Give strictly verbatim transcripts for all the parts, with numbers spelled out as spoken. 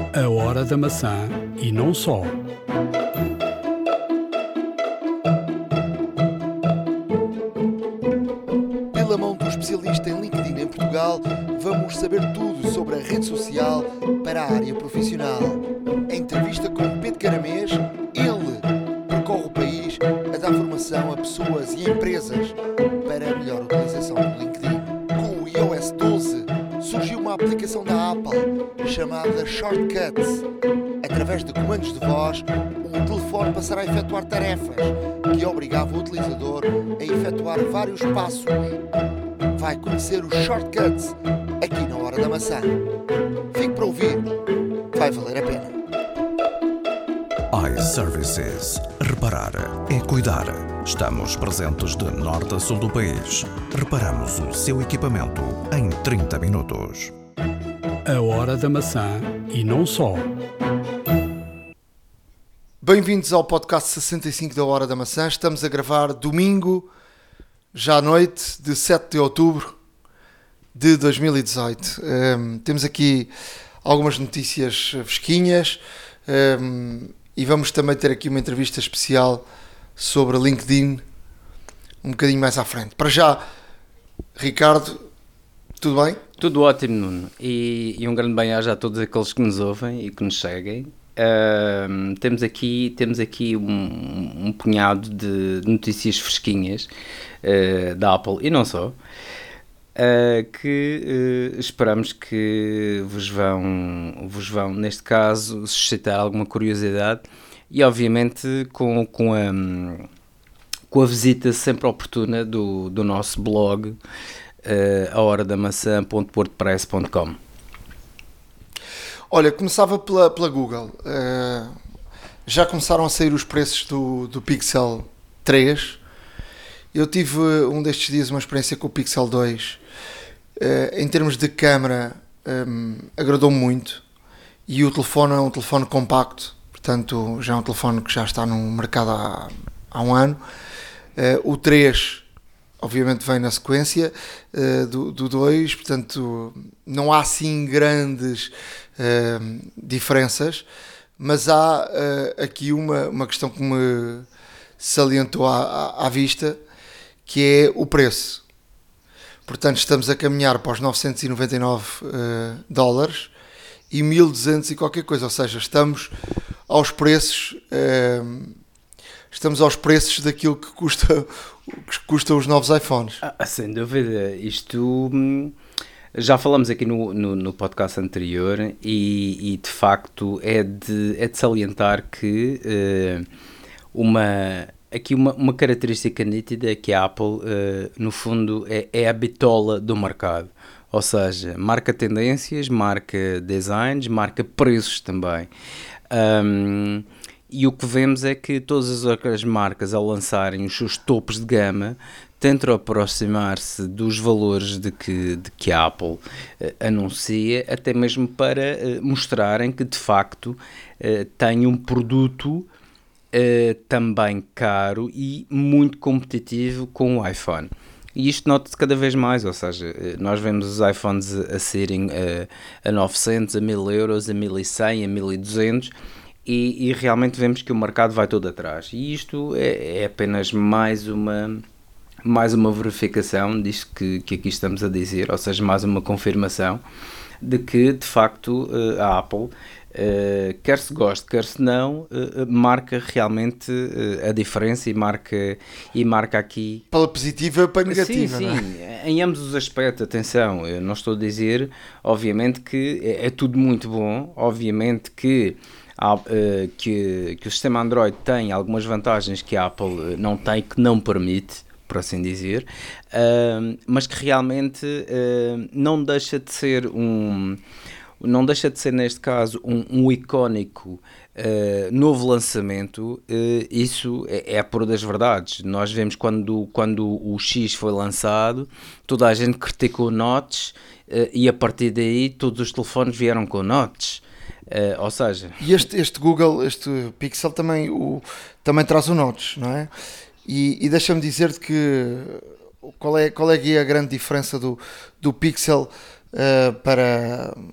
A Hora da Maçã e não só. Pela mão do especialista em LinkedIn em Portugal, vamos saber tudo sobre a rede social para a área profissional. Em entrevista com Pedro Caramês, ele percorre o país a dar formação a pessoas e empresas para a melhor utilização do LinkedIn. Com o i O S doze, surgiu uma aplicação da Apple chamada Shortcuts. Através de comandos de voz, o telefone passará a efetuar tarefas que obrigavam o utilizador a efetuar vários passos. Vai conhecer os Shortcuts aqui na Hora da Maçã. Fique para ouvir, vai valer a pena. iServices. Reparar é cuidar. Estamos presentes de norte a sul do país. Reparamos o seu equipamento em trinta minutos. A Hora da Maçã e não só. Bem-vindos ao podcast sessenta e cinco da Hora da Maçã. Estamos a gravar domingo, já à noite, de sete de outubro de dois mil e dezoito. Um, temos aqui algumas notícias fresquinhas um, e vamos também ter aqui uma entrevista especial sobre LinkedIn um bocadinho mais à frente. Para já, Ricardo, tudo bem? Tudo ótimo, Nuno. E, e um grande bem-aja a todos aqueles que nos ouvem e que nos seguem. Uh, temos aqui, temos aqui um, um punhado de notícias fresquinhas uh, da Apple e não só, uh, que uh, esperamos que vos vão, vos vão, neste caso, suscitar alguma curiosidade e, obviamente, com, com, a, com a visita sempre oportuna do, do nosso blog, uh, a hora da maçã ponto wordpress ponto com. Olha, começava pela, pela Google. Uh, já começaram a sair os preços do, do Pixel três. Eu tive um destes dias uma experiência com o Pixel dois. Uh, em termos de câmara, um, agradou-me muito. E o telefone é um telefone compacto. Portanto, já é um telefone que já está no mercado há, há um ano. Uh, o três, obviamente, vem na sequência uh, do, do dois. Portanto, não há assim grandes Uh, diferenças, mas há uh, aqui uma, uma questão que me salientou à, à, à vista, que é o preço. Portanto, estamos a caminhar para os novecentos e noventa e nove uh, dólares e mil e duzentos e qualquer coisa, ou seja, estamos aos preços uh, estamos aos preços daquilo que custa que custam os novos iPhones. Ah, sem dúvida, isto... Hum... Já falamos aqui no, no, no podcast anterior e, e de facto é de, é de salientar que uh, uma, aqui uma, uma característica nítida é que a Apple, uh, no fundo, é, é a bitola do mercado. Ou seja, marca tendências, marca designs, marca preços também. Um, e o que vemos é que todas as outras marcas, ao lançarem os seus topos de gama, tentam aproximar-se dos valores de que, de que a Apple uh, anuncia, até mesmo para uh, mostrarem que de facto uh, tem um produto uh, também caro e muito competitivo com o iPhone. E isto nota-se cada vez mais, ou seja, uh, nós vemos os iPhones a, a serem uh, a novecentos, a mil euros, a mil e cem, a mil e duzentos, e, e realmente vemos que o mercado vai todo atrás. E isto é, é apenas mais uma... mais uma verificação disto que, que aqui estamos a dizer, ou seja, mais uma confirmação de que, de facto, a Apple, quer se goste, quer se não, marca realmente a diferença e marca, e marca aqui... Para positiva, para negativa, sim, não é? Sim, em ambos os aspectos, atenção, eu não estou a dizer, obviamente, que é, é tudo muito bom, obviamente que... Que, que o sistema Android tem algumas vantagens que a Apple não tem, que não permite, por assim dizer, uh, mas que realmente uh, não deixa de ser um, não deixa de ser neste caso um, um icónico uh, novo lançamento. Uh, isso é, é a pura das verdades. Nós vemos quando, quando o X foi lançado, toda a gente criticou o notch uh, e a partir daí todos os telefones vieram com notch. Uh, ou seja... E este, este Google, este Pixel também, o, também traz o notch, não é? E, e deixa-me dizer-te que qual é, qual é a grande diferença do, do Pixel uh, para,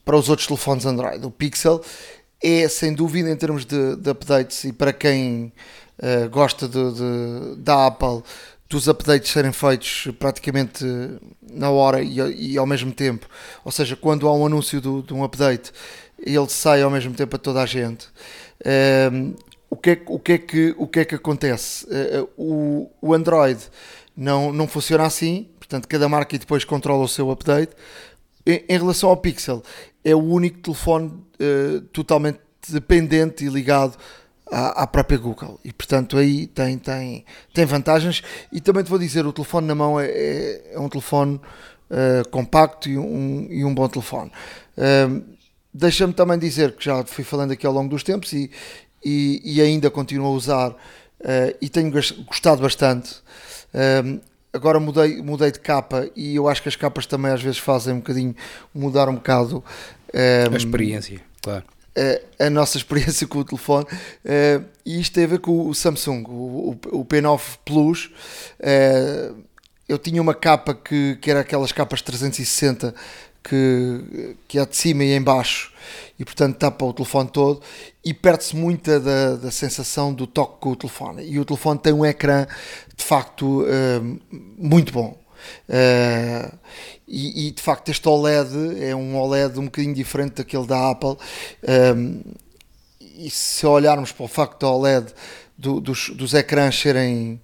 para os outros telefones Android. O Pixel é, sem dúvida, em termos de, de updates, e para quem uh, gosta de, de, da Apple, dos updates serem feitos praticamente na hora e, e ao mesmo tempo, ou seja, quando há um anúncio do, de um update, ele sai ao mesmo tempo a toda a gente. Uh, o, que é, o, que é que, o que é que acontece? Uh, o, o Android não, não funciona assim, portanto cada marca depois controla o seu update. Em, em relação ao Pixel, é o único telefone uh, totalmente dependente e ligado À, à própria Google, e portanto aí tem, tem, tem vantagens. E também te vou dizer, o telefone na mão é, é, é um telefone uh, compacto e um, e um bom telefone. Uh, deixa-me também dizer que já fui falando aqui ao longo dos tempos e, e, e ainda continuo a usar uh, e tenho gostado bastante. Uh, agora mudei, mudei de capa e eu acho que as capas também às vezes fazem um bocadinho mudar um bocado uh, a experiência, claro. A, a nossa experiência com o telefone, uh, e isto tem a ver com o Samsung, o, o, o P nove Plus. Uh, eu tinha uma capa que, que era aquelas capas trezentos e sessenta que, que é de cima e em baixo, e portanto tapa o telefone todo, e perde-se muita da, da sensação do toque com o telefone. E o telefone tem um ecrã de facto uh, muito bom. Uh, e, e de facto este O L E D é um O L E D um bocadinho diferente daquele da Apple. Um, e se olharmos para o facto do O L E D do, dos, dos ecrãs serem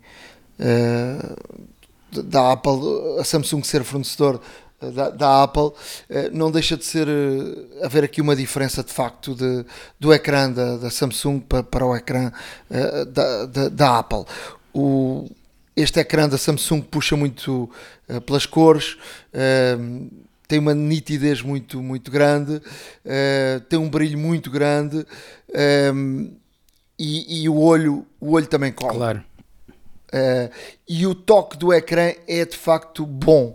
uh, da Apple, a Samsung ser fornecedor da, da Apple, uh, não deixa de ser uh, haver aqui uma diferença de facto de, do ecrã da, da Samsung para, para o ecrã uh, da, da, da Apple. O Este ecrã da Samsung puxa muito uh, pelas cores, uh, tem uma nitidez muito, muito grande, uh, tem um brilho muito grande, um, e, e o, olho, o olho também cola. Claro. Uh, e o toque do ecrã é de facto bom.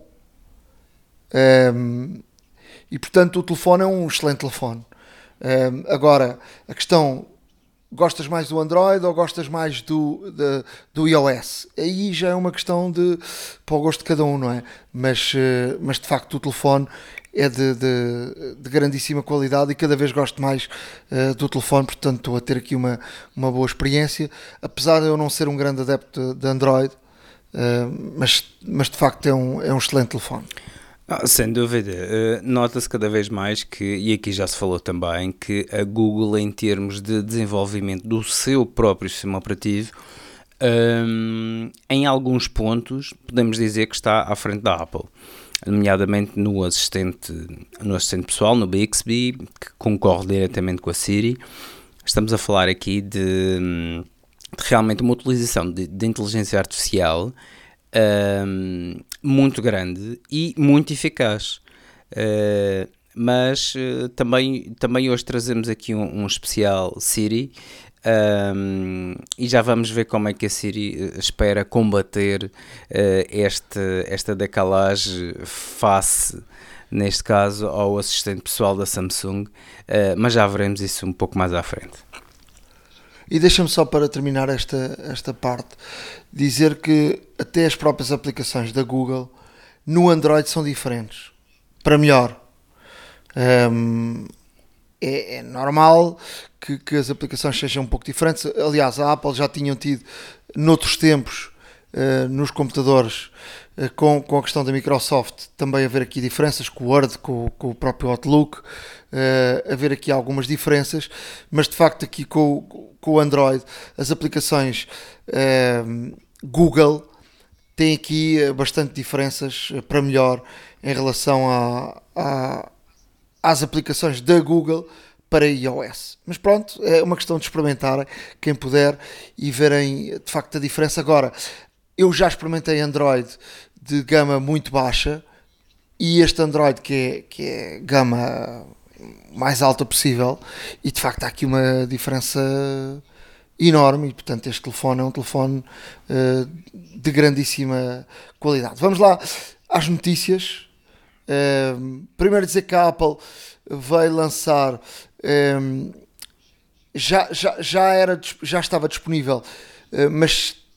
Um, e portanto o telefone é um excelente telefone. Um, agora, a questão... Gostas mais do Android ou gostas mais do, de, do iOS? Aí já é uma questão de, para o gosto de cada um, não é? Mas, mas de facto o telefone é de, de, de grandíssima qualidade e cada vez gosto mais uh, do telefone, portanto estou a ter aqui uma, uma boa experiência, apesar de eu não ser um grande adepto de, de Android, uh, mas, mas de facto é um, é um excelente telefone. Ah, sem dúvida, uh, nota-se cada vez mais que, e aqui já se falou também, que a Google, em termos de desenvolvimento do seu próprio sistema operativo, um, em alguns pontos podemos dizer que está à frente da Apple, nomeadamente no assistente, no assistente pessoal, no Bixby, que concorre diretamente com a Siri. Estamos a falar aqui de, de realmente uma utilização de, de inteligência artificial Um, muito grande e muito eficaz, uh, mas uh, também, também hoje trazemos aqui um, um especial Siri, um, e já vamos ver como é que a Siri espera combater uh, este, esta decalagem face, neste caso, ao assistente pessoal da Samsung, uh, mas já veremos isso um pouco mais à frente. E deixa-me só, para terminar esta, esta parte, dizer que até as próprias aplicações da Google no Android são diferentes, para melhor. Um, é, é normal que, que as aplicações sejam um pouco diferentes. Aliás, a Apple já tinham tido, noutros tempos, uh, nos computadores, uh, com, com a questão da Microsoft, também haver aqui diferenças, com o Word, com, com o próprio Outlook, uh, haver aqui algumas diferenças, mas de facto aqui com, com o Android, as aplicações uh, Google têm aqui bastante diferenças para melhor em relação a, a, às aplicações da Google para iOS. Mas pronto, é uma questão de experimentarem, quem puder, e verem de facto a diferença. Agora, eu já experimentei Android de gama muito baixa, e este Android que é, que é gama mais alta possível, e de facto há aqui uma diferença enorme, e portanto este telefone é um telefone uh, de grandíssima qualidade. Vamos lá às notícias. Uh, primeiro dizer que a Apple veio lançar, um, já, já, já, era, já estava disponível, uh, mas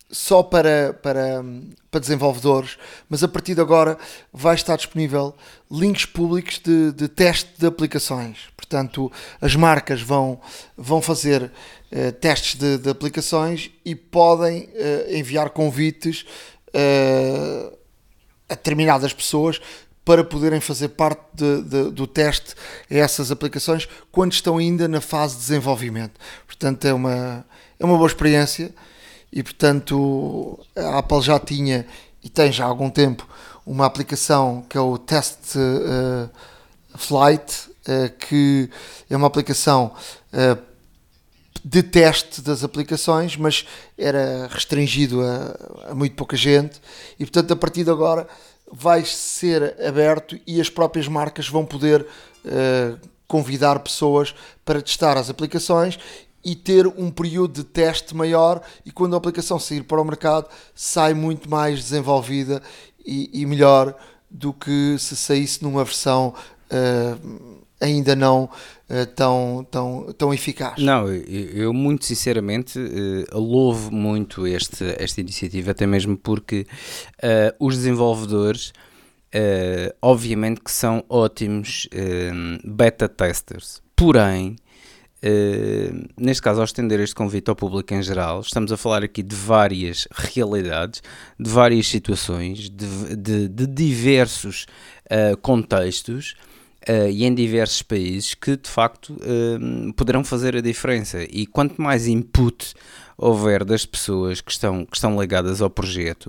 só para, para, para desenvolvedores, mas a partir de agora vai estar disponível links públicos de, de teste de aplicações. Portanto, as marcas vão, vão fazer uh, testes de, de aplicações e podem uh, enviar convites uh, a determinadas pessoas para poderem fazer parte de, de, do teste a essas aplicações quando estão ainda na fase de desenvolvimento. Portanto, é uma, é uma boa experiência e, portanto, a Apple já tinha e tem já há algum tempo uma aplicação que é o Test uh, Flight, uh, que é uma aplicação uh, de teste das aplicações, mas era restringido a, a muito pouca gente e, portanto, a partir de agora vai ser aberto e as próprias marcas vão poder uh, convidar pessoas para testar as aplicações e ter um período de teste maior, e quando a aplicação sair para o mercado sai muito mais desenvolvida e, e melhor do que se saísse numa versão uh, ainda não uh, tão, tão, tão eficaz. Não, eu, eu muito sinceramente uh, louvo muito este, esta iniciativa, até mesmo porque uh, os desenvolvedores uh, obviamente que são ótimos uh, beta testers, porém Uh, neste caso, ao estender este convite ao público em geral, estamos a falar aqui de várias realidades, de várias situações, de, de, de diversos uh, contextos uh, e em diversos países que de facto uh, poderão fazer a diferença. E quanto mais input houver das pessoas que estão, que estão ligadas ao projeto,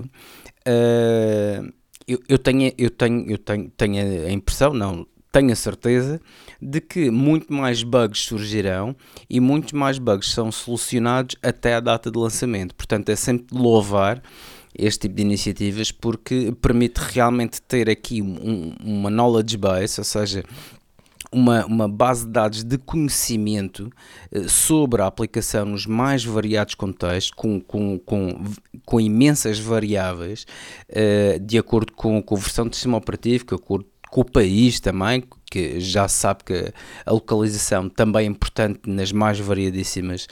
uh, eu, eu, tenho, eu, tenho, eu tenho, tenho a impressão, não. Tenho a certeza de que muito mais bugs surgirão e muitos mais bugs são solucionados até à data de lançamento. Portanto, é sempre de louvar este tipo de iniciativas porque permite realmente ter aqui um, uma knowledge base, ou seja, uma, uma base de dados de conhecimento uh, sobre a aplicação nos mais variados contextos, com, com, com, com imensas variáveis, uh, de acordo com, com a versão do sistema operativo, de acordo com o país também, que já se sabe que a localização também é importante nas mais variadíssimas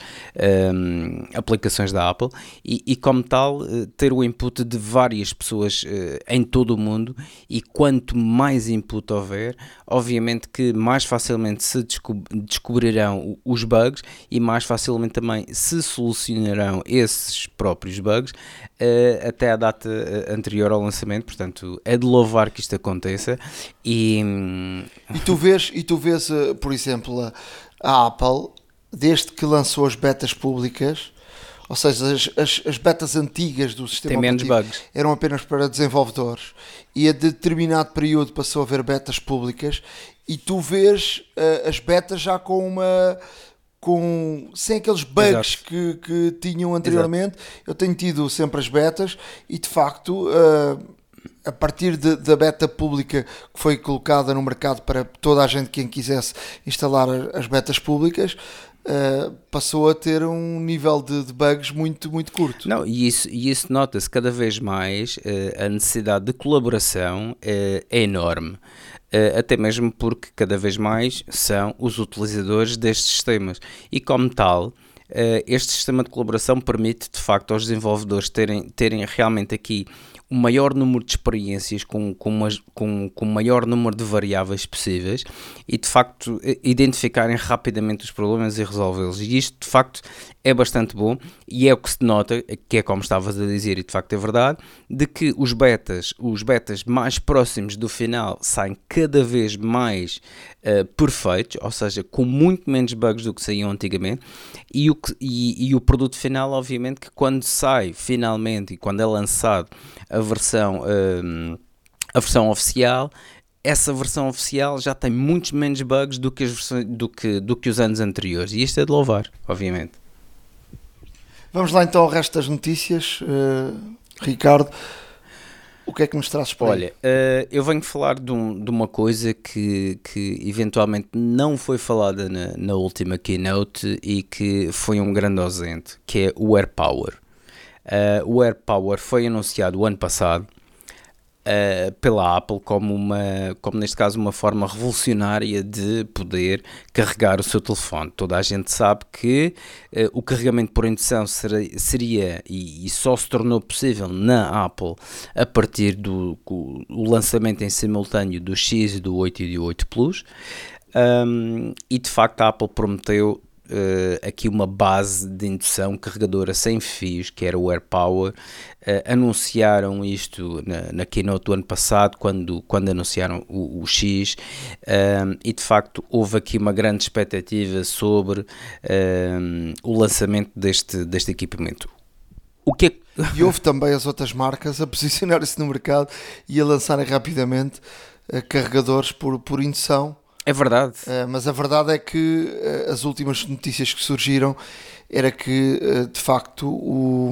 um, aplicações da Apple e, e como tal ter o input de várias pessoas uh, em todo o mundo, e quanto mais input houver, obviamente que mais facilmente se descob- descobrirão os bugs e mais facilmente também se solucionarão esses próprios bugs uh, até à data anterior ao lançamento. Portanto, é de louvar que isto aconteça. E, e tu vês, e tu vês por exemplo, a, a Apple, desde que lançou as betas públicas, ou seja, as, as, as betas antigas do sistema tem menos bugs, eram apenas para desenvolvedores, e a determinado período passou a haver betas públicas, e tu vês uh, as betas já com uma... Com, sem aqueles bugs que, que tinham anteriormente. Exato. Eu tenho tido sempre as betas e de facto uh, a partir de, da beta pública que foi colocada no mercado para toda a gente, quem quisesse instalar as betas públicas, uh, passou a ter um nível de, de bugs muito, muito curto. Não, e isso, e isso nota-se cada vez mais. Uh, a necessidade de colaboração uh, é enorme. Uh, até mesmo porque cada vez mais são os utilizadores destes sistemas e como tal uh, este sistema de colaboração permite de facto aos desenvolvedores terem, terem realmente aqui o maior número de experiências com, com, uma, com, com o maior número de variáveis possíveis e de facto identificarem rapidamente os problemas e resolvê-los, e isto de facto é bastante bom e é o que se nota, que é como estavas a dizer, e de facto é verdade, de que os betas, os betas mais próximos do final saem cada vez mais uh, perfeitos, ou seja, com muito menos bugs do que saíam antigamente, e o, que, e, e o produto final, obviamente, que quando sai finalmente e quando é lançado a versão, um, a versão oficial, essa versão oficial já tem muitos menos bugs do que, as versões, do que, do que os anos anteriores, e isto é de louvar, obviamente. Vamos lá então ao resto das notícias, uh, Ricardo, o que é que nos trazes para Olha, uh, eu venho falar de, um, de uma coisa que, que eventualmente não foi falada na, na última keynote e que foi um grande ausente, que é o AirPower. Uh, o AirPower foi anunciado o ano passado. uh, pela Apple como, uma, como neste caso uma forma revolucionária de poder carregar o seu telefone. Toda a gente sabe que uh, o carregamento por indução seria, seria e, e só se tornou possível na Apple a partir do o, o lançamento em simultâneo do X e do oito e do oito Plus. Um, e de facto a Apple prometeu uh, aqui uma base de indução carregadora sem fios, que era o AirPower. Uh, anunciaram isto na, na keynote do ano passado, quando, quando anunciaram o, o X, um, e de facto houve aqui uma grande expectativa sobre um, o lançamento deste, deste equipamento. O que é que... E houve também as outras marcas a posicionar-se no mercado e a lançarem rapidamente uh, carregadores por, por indução. É verdade. Uh, mas a verdade é que uh, as últimas notícias que surgiram era que, uh, de facto, o,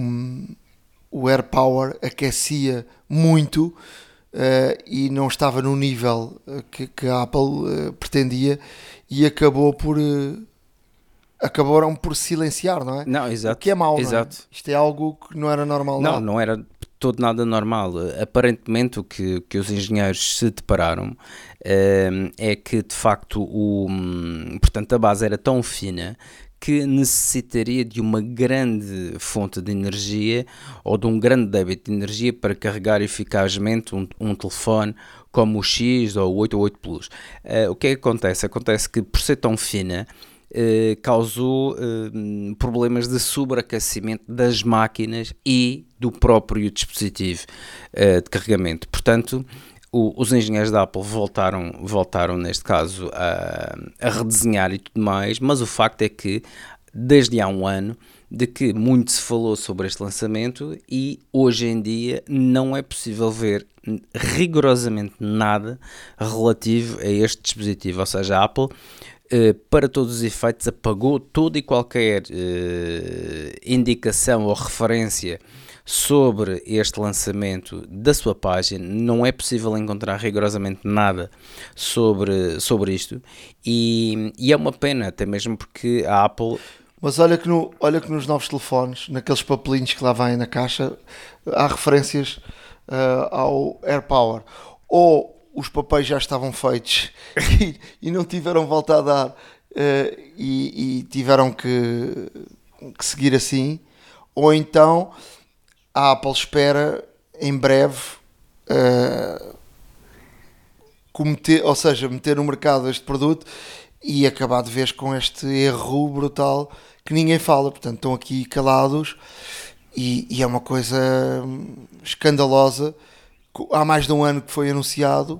o AirPower aquecia muito uh, e não estava no nível que, que a Apple uh, pretendia, e acabou por... Uh, acabaram por silenciar, não é? Não, exato. O que é mau, exato. Não é? Isto é algo que não era normal. Não, nada. não era todo nada normal. Aparentemente o que, que os engenheiros se depararam uh, é que de facto o, portanto, a base era tão fina que necessitaria de uma grande fonte de energia ou de um grande débito de energia para carregar eficazmente um, um telefone como o X ou o oito ou oito Plus. Uh, o que é que acontece? Acontece que por ser tão fina, Uh, causou uh, problemas de sobreaquecimento das máquinas e do próprio dispositivo uh, de carregamento. Portanto, o, os engenheiros da Apple voltaram, voltaram neste caso a, a redesenhar e tudo mais, mas o facto é que desde há um ano de que muito se falou sobre este lançamento e hoje em dia não é possível ver rigorosamente nada relativo a este dispositivo, ou seja, a Apple Uh, para todos os efeitos apagou toda e qualquer uh, indicação ou referência sobre este lançamento da sua página. Não é possível encontrar rigorosamente nada sobre, sobre isto, e, e é uma pena, até mesmo porque a Apple... Mas olha que, no, olha que nos novos telefones, naqueles papelinhos que lá vêm na caixa, há referências uh, ao AirPower. Ou os papéis já estavam feitos e, e não tiveram volta a dar, uh, e, e tiveram que, que seguir assim, ou então a Apple espera em breve uh, cometer, ou seja, meter no mercado este produto e acabar de vez com este erro brutal que ninguém fala. Portanto, estão aqui calados e, e é uma coisa escandalosa. Há mais de um ano que foi anunciado,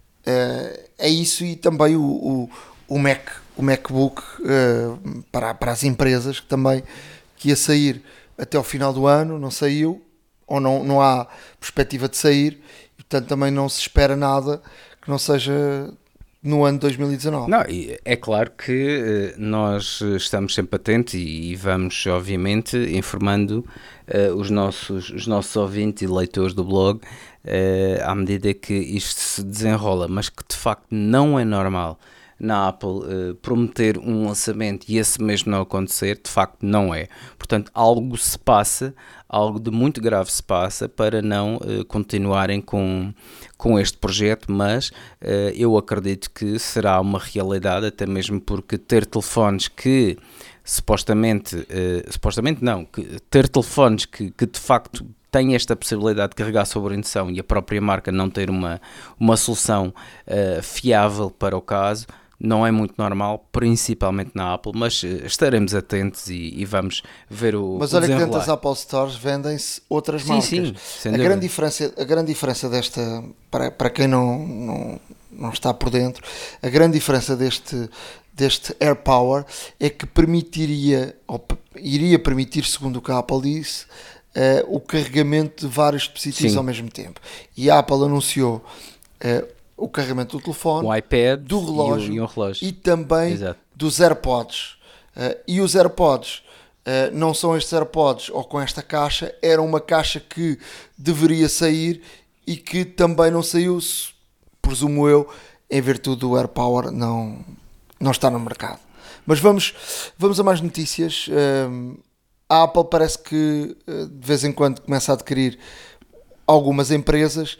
uh, é isso, e também o, o, o, Mac, o MacBook uh, para, para as empresas, que também que ia sair até ao final do ano, não saiu, ou não, não há perspectiva de sair, e portanto também não se espera nada que não seja no ano de dois mil e dezanove. Não, é claro que uh, nós estamos sempre atentos e, e vamos, obviamente, informando uh, os, nossos, os nossos ouvintes e leitores do blog uh, à medida que isto se desenrola, mas que de facto não é normal na Apple uh, prometer um lançamento e esse mesmo não acontecer, de facto não é. Portanto, algo se passa, algo de muito grave se passa para não uh, continuarem com, com este projeto, mas uh, eu acredito que será uma realidade, até mesmo porque ter telefones que supostamente, uh, supostamente não, que ter telefones que, que de facto tem esta possibilidade de carregar sobre indução e a própria marca não ter uma, uma solução uh, fiável para o caso, não é muito normal, principalmente na Apple, mas estaremos atentos e, e vamos ver o Mas o olha que dentro desenrolar. das Apple Stores vendem-se outras Sim, marcas. sim, sem a, dúvida. grande diferença, a grande diferença desta, para, para quem não, não, não está por dentro, a grande diferença deste, deste AirPower é que permitiria, ou iria permitir, segundo o que a Apple disse, uh, o carregamento de vários dispositivos Sim. ao mesmo tempo. E a Apple anunciou uh, o carregamento do telefone, O iPad do relógio e, o, e um relógio. e também Exato. dos AirPods. Uh, e os AirPods uh, não são estes AirPods ou com esta caixa, era uma caixa que deveria sair e que também não saiu, presumo eu, em virtude do AirPower não, não está no mercado. Mas vamos, vamos a mais notícias. Uh, a Apple parece que uh, de vez em quando começa a adquirir algumas empresas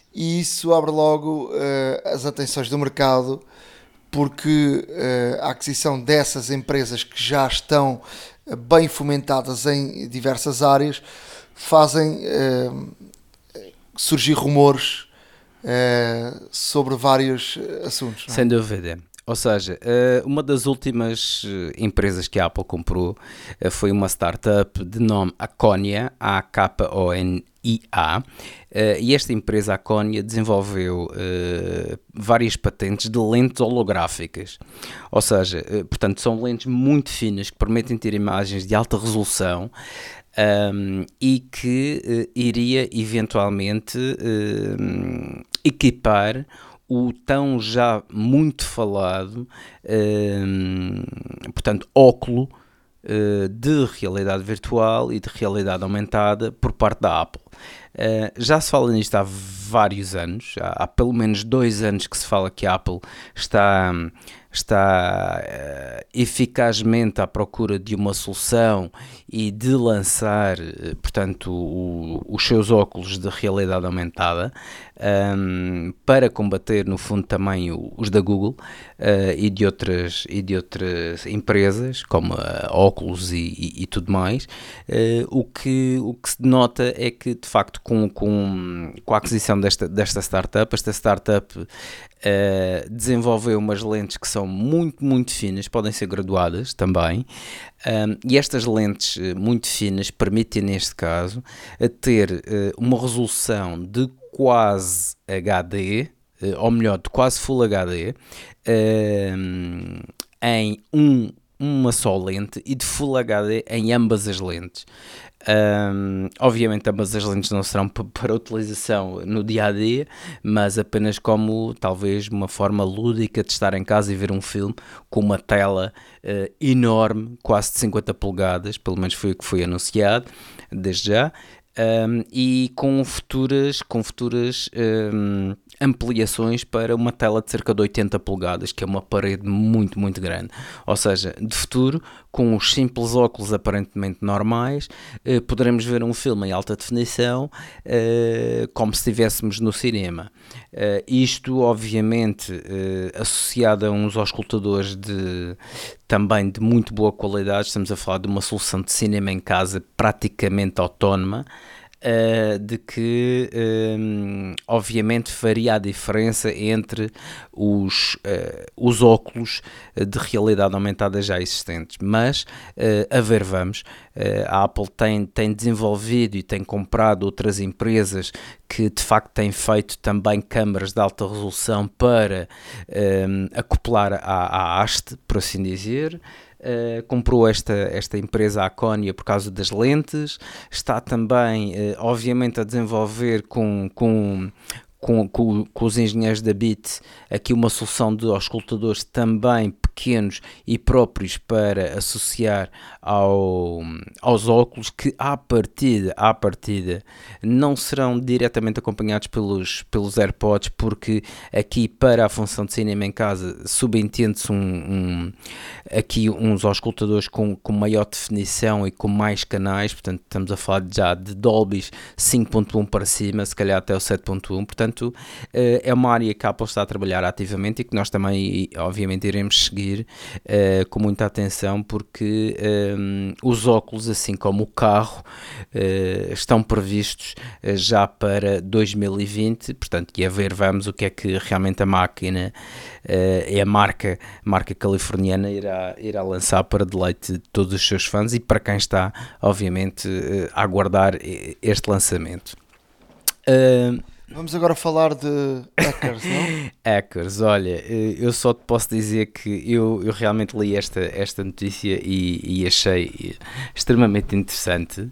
e isso abre logo uh, as atenções do mercado, porque uh, a aquisição dessas empresas que já estão bem fomentadas em diversas áreas fazem uh, surgir rumores uh, sobre vários assuntos. Não é? Sem dúvida. Ou seja, uma das últimas empresas que a Apple comprou foi uma startup de nome Akonia, A K O N I A, e esta empresa Akonia desenvolveu várias patentes de lentes holográficas. Ou seja, portanto, são lentes muito finas que permitem ter imagens de alta resolução. Um, e que uh, iria eventualmente uh, equipar o tão já muito falado, uh, portanto, óculo uh, de realidade virtual e de realidade aumentada por parte da Apple. Uh, já se fala nisto há vários anos, há, há pelo menos dois anos que se fala que a Apple está... está uh, eficazmente à procura de uma solução e de lançar, uh, portanto, o, os seus óculos de realidade aumentada um, para combater, no fundo, também o, os da Google uh, e, de outras, e de outras empresas, como a Oculus e, e, e tudo mais. Uh, o, que, o que se nota é que, de facto, com, com, com a aquisição desta, desta startup, esta startup uh, desenvolveu umas lentes que são muito, muito finas, podem ser graduadas também, um, e estas lentes uh, muito finas permitem, neste caso, uh, ter uh, uma resolução de quase H D, uh, ou melhor, de quase Full H D, uh, em um, uma só lente, e de Full H D em ambas as lentes. Um, obviamente ambas as lentes não serão p- para utilização no dia-a-dia, mas apenas como talvez uma forma lúdica de estar em casa e ver um filme com uma tela uh, enorme, quase de cinquenta polegadas, pelo menos foi o que foi anunciado desde já. Um, e com futuras, com futuras um, ampliações para uma tela de cerca de oitenta polegadas, que é uma parede muito, muito grande. Ou seja, de futuro, com os simples óculos aparentemente normais, uh, poderemos ver um filme em alta definição, uh, como se estivéssemos no cinema. Uh, isto, obviamente, uh, associado a uns auscultadores de, também de muito boa qualidade. Estamos a falar de uma solução de cinema em casa praticamente autónoma, Uh, de que um, obviamente faria a diferença entre os, uh, os óculos de realidade aumentada já existentes, mas uh, a ver vamos, uh, a Apple tem, tem desenvolvido e tem comprado outras empresas que de facto têm feito também câmaras de alta resolução para um, acoplar à, à haste, por assim dizer. Uh, comprou esta, esta empresa Akonia por causa das lentes, está também uh, obviamente a desenvolver com, com, com, com, com os engenheiros da Bit aqui uma solução de auscultadores também pequenos e próprios para associar ao, aos óculos, que à partida, à partida não serão diretamente acompanhados pelos, pelos AirPods, porque aqui para a função de cinema em casa subentende-se um, um, aqui uns auscultadores com, com maior definição e com mais canais, portanto estamos a falar já de Dolby cinco ponto um para cima, se calhar até o sete ponto um, portanto é uma área que a Apple está a trabalhar ativamente e que nós também obviamente iremos seguir Uh, com muita atenção, porque um, os óculos, assim como o carro, uh, estão previstos uh, já para dois mil e vinte, portanto, e a ver vamos o que é que realmente a máquina uh, e a marca, marca californiana irá, irá lançar para deleite de todos os seus fãs e para quem está, obviamente, uh, a aguardar este lançamento. Uh, Vamos agora falar de hackers, não? Hackers, olha, eu só te posso dizer que eu, eu realmente li esta, esta notícia e, e achei extremamente interessante,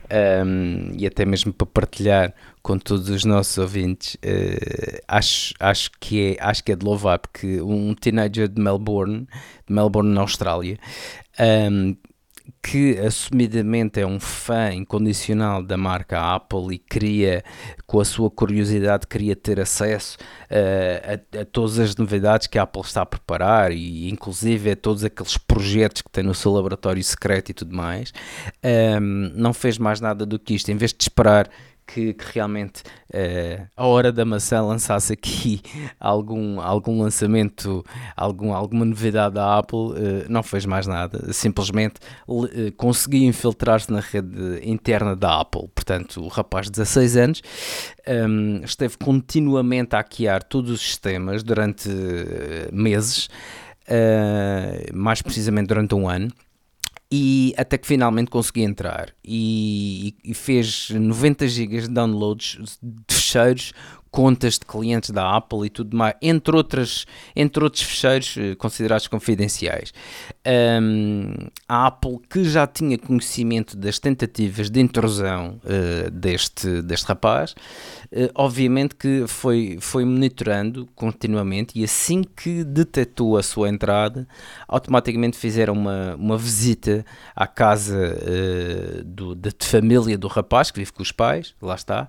um, e até mesmo para partilhar com todos os nossos ouvintes. Uh, acho, acho, que é, acho que é de louvar, porque um teenager de Melbourne, de Melbourne na Austrália, um, que assumidamente é um fã incondicional da marca Apple e queria, com a sua curiosidade, queria ter acesso uh, a, a todas as novidades que a Apple está a preparar e inclusive a todos aqueles projetos que tem no seu laboratório secreto e tudo mais, um, não fez mais nada do que isto. Em vez de esperar que, que realmente uh, a Hora da Maçã lançasse aqui algum, algum lançamento, algum, alguma novidade da Apple. Uh, não fez mais nada, simplesmente uh, conseguiu infiltrar-se na rede interna da Apple. Portanto, o rapaz de dezasseis anos um, esteve continuamente a hackear todos os sistemas durante uh, meses, uh, mais precisamente durante um ano. E até que finalmente consegui entrar e, e fez noventa gigas de downloads de ficheiros, contas de clientes da Apple e tudo mais, entre, outras, entre outros ficheiros considerados confidenciais. Um, a Apple, que já tinha conhecimento das tentativas de intrusão uh, deste, deste rapaz, uh, obviamente que foi, foi monitorando continuamente, e assim que detectou a sua entrada, automaticamente fizeram uma, uma visita à casa uh, do, da família do rapaz, que vive com os pais, lá está,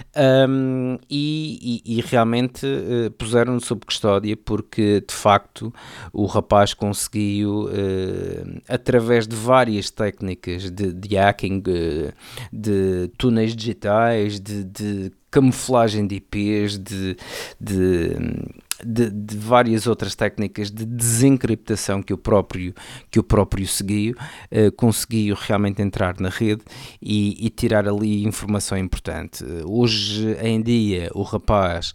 um, e E, e realmente uh, puseram-no sob custódia, porque de facto o rapaz conseguiu, uh, através de várias técnicas de, de hacking, uh, de túneis digitais, de, de camuflagem de I Ps, de, de, de, de várias outras técnicas de desencriptação que o próprio, que o próprio seguiu, uh, conseguiu realmente entrar na rede e, e tirar ali informação importante. Uh, hoje em dia o rapaz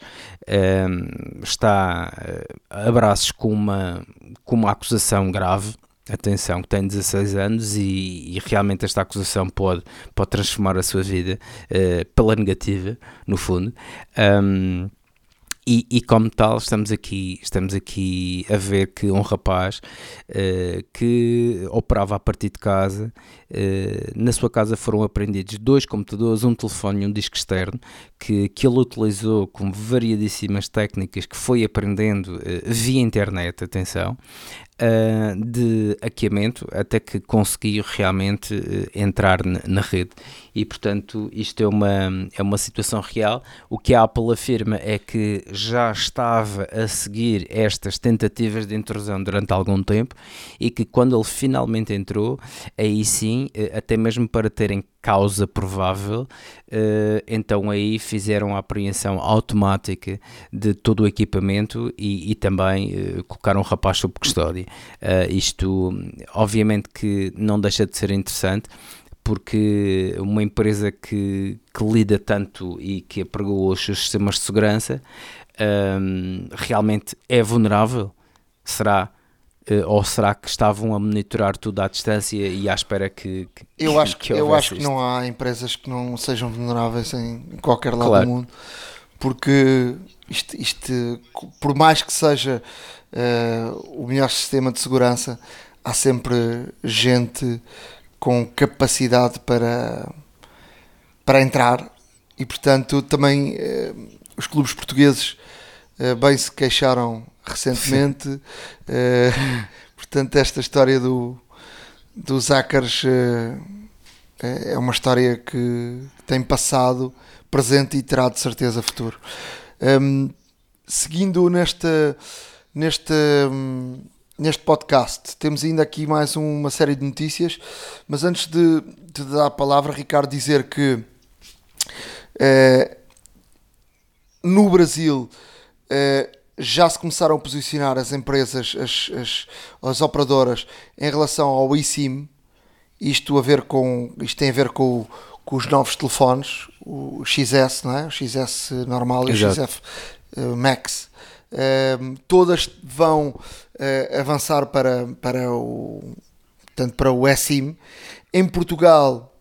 um, está a braços com uma, com uma acusação grave. Atenção, que tem dezasseis anos e, e realmente esta acusação pode, pode transformar a sua vida uh, pela negativa, no fundo. Um, E, e como tal estamos aqui, estamos aqui a ver que um rapaz uh, que operava a partir de casa, uh, na sua casa foram apreendidos dois computadores, um telefone e um disco externo, que, que ele utilizou com variadíssimas técnicas que foi aprendendo uh, via internet, atenção, Uh, de hackeamento, até que conseguiu realmente uh, entrar na, na rede. E portanto isto é uma, é uma situação real. O que a Apple afirma é que já estava a seguir estas tentativas de intrusão durante algum tempo, e que quando ele finalmente entrou, aí sim, uh, até mesmo para terem causa provável, uh, então aí fizeram a apreensão automática de todo o equipamento e, e também uh, colocaram o rapaz sob custódia. Uh, isto obviamente que não deixa de ser interessante, porque uma empresa que, que lida tanto e que apregou os seus sistemas de segurança um, realmente é vulnerável? Será? Uh, ou será que estavam a monitorar tudo à distância e à espera que, que eu acho que, que eu acho isto? que não há empresas que não sejam vulneráveis em qualquer lado Claro. do mundo, porque isto, isto, por mais que seja uh, o melhor sistema de segurança, há sempre gente com capacidade para, para entrar, e portanto também uh, os clubes portugueses uh, bem se queixaram recentemente. uh, portanto esta história do, dos hackers uh, é uma história que tem passado, presente e terá de certeza futuro. Um, seguindo neste, neste, um, neste podcast, temos ainda aqui mais uma série de notícias, mas antes de, de dar a palavra, Ricardo, dizer que uh, no Brasil uh, já se começaram a posicionar as empresas, as, as, as operadoras, em relação ao eSIM. Isto, a ver com, isto tem a ver com, com os novos telefones, o X S, não é? O X S normal e o X F uh, Max. Uh, todas vão uh, avançar para, para, o, portanto, para o eSIM. Em Portugal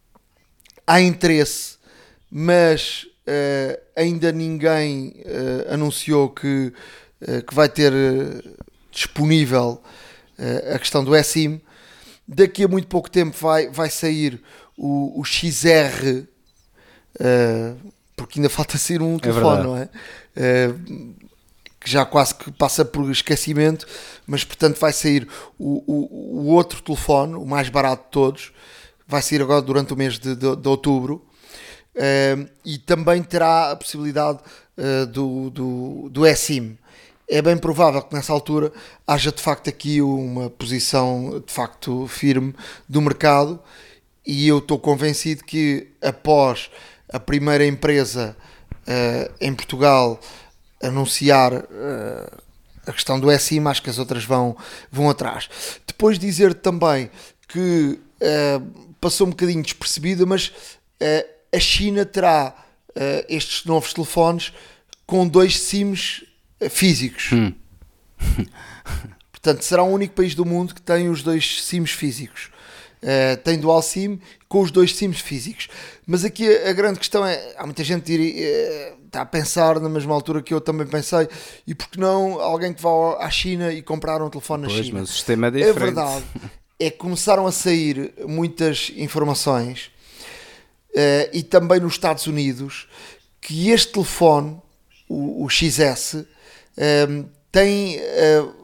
há interesse, mas Uh, ainda ninguém uh, anunciou que, uh, que vai ter uh, disponível uh, a questão do eSIM. Daqui a muito pouco tempo vai, vai sair o, o X R, uh, porque ainda falta sair um telefone, é não é? Uh, que já quase que passa por esquecimento, mas portanto vai sair o, o, o outro telefone, o mais barato de todos, vai sair agora durante o mês de, de, de outubro. Uh, e também terá a possibilidade uh, do, do, do eSIM. É bem provável que nessa altura haja de facto aqui uma posição de facto firme do mercado, e eu estou convencido que após a primeira empresa uh, em Portugal a anunciar uh, a questão do SIM, acho que as outras vão, vão atrás. Depois dizer também que uh, passou um bocadinho despercebida, mas uh, a China terá uh, estes novos telefones com dois SIMs uh, físicos. Hum. Portanto, será o único país do mundo que tem os dois SIMs físicos. Uh, tem dual SIM com os dois SIMs físicos. Mas aqui a, a grande questão é, há muita gente que uh, está a pensar na mesma altura que eu também pensei, e porque não alguém que vá à China e comprar um telefone pois, na China? Mas o sistema é diferente. A verdade é que começaram a sair muitas informações uh, e também nos Estados Unidos que este telefone, o, o X S, uh, tem uh,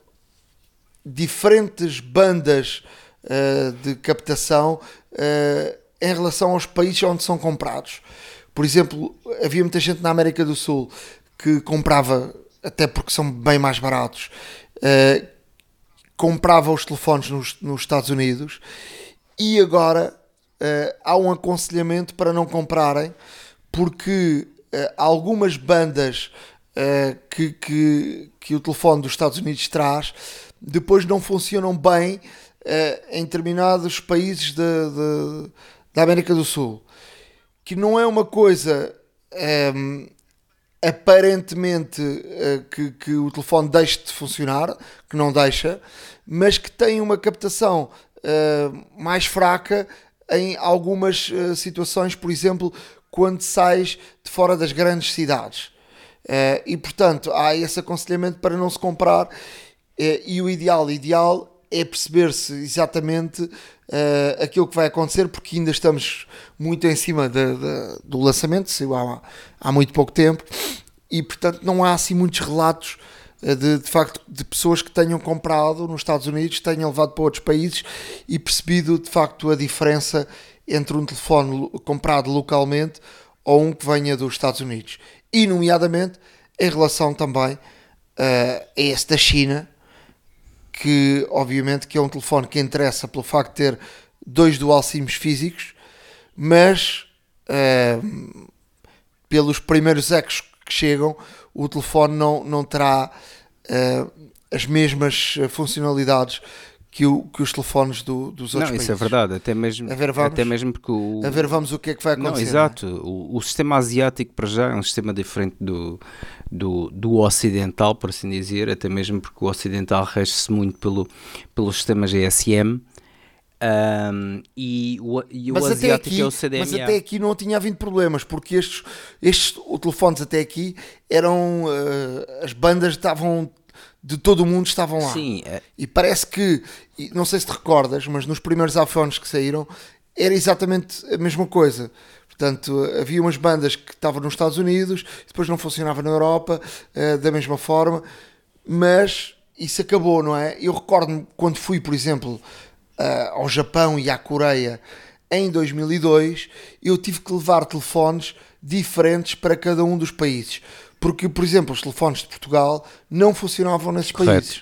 diferentes bandas Uh, de captação uh, em relação aos países onde são comprados. Por exemplo, havia muita gente na América do Sul que comprava, até porque são bem mais baratos, uh, comprava os telefones nos, nos Estados Unidos, e agora uh, há um aconselhamento para não comprarem, porque uh, algumas bandas uh, que, que, que o telefone dos Estados Unidos traz depois não funcionam bem Uh, em determinados países de, de, da América do Sul, que não é uma coisa um, aparentemente uh, que, que o telefone deixe de funcionar, que não deixa, mas que tem uma captação uh, mais fraca em algumas uh, situações, por exemplo, quando sais de fora das grandes cidades. Uh, e portanto há esse aconselhamento para não se comprar, uh, e o ideal, ideal é perceber-se exatamente uh, aquilo que vai acontecer, porque ainda estamos muito em cima de, de, do lançamento, saiu há, há muito pouco tempo, e portanto não há assim muitos relatos uh, de, de facto de pessoas que tenham comprado nos Estados Unidos, tenham levado para outros países e percebido de facto a diferença entre um telefone comprado localmente ou um que venha dos Estados Unidos, e nomeadamente em relação também uh, a esse da China, que obviamente que é um telefone que interessa pelo facto de ter dois dual SIMs físicos, mas uh, pelos primeiros ecos que chegam, o telefone não, não terá uh, as mesmas funcionalidades que, o, que os telefones do, dos outros não, países. Isso é verdade, até mesmo, a ver, vamos, até mesmo porque o... A ver, vamos o que é que vai acontecer. Não, exato, não é? o, o sistema asiático para já é um sistema diferente do, do, do ocidental, por assim dizer, até mesmo porque o ocidental rege-se muito pelo, pelo sistema G S M, um, e o, e o asiático aqui, é o C D M A. Mas até aqui não tinha havido problemas, porque estes, estes telefones até aqui eram, uh, as bandas estavam... de todo o mundo estavam lá. Sim, é... E parece que, não sei se te recordas, mas nos primeiros iPhones que saíram era exatamente a mesma coisa. Portanto, havia umas bandas que estavam nos Estados Unidos, depois não funcionava na Europa uh, da mesma forma, mas isso acabou, não é? Eu recordo-me quando fui, por exemplo, uh, ao Japão e à Coreia em dois mil e dois, eu tive que levar telefones diferentes para cada um dos países. Porque, por exemplo, os telefones de Portugal não funcionavam nesses Correto. países.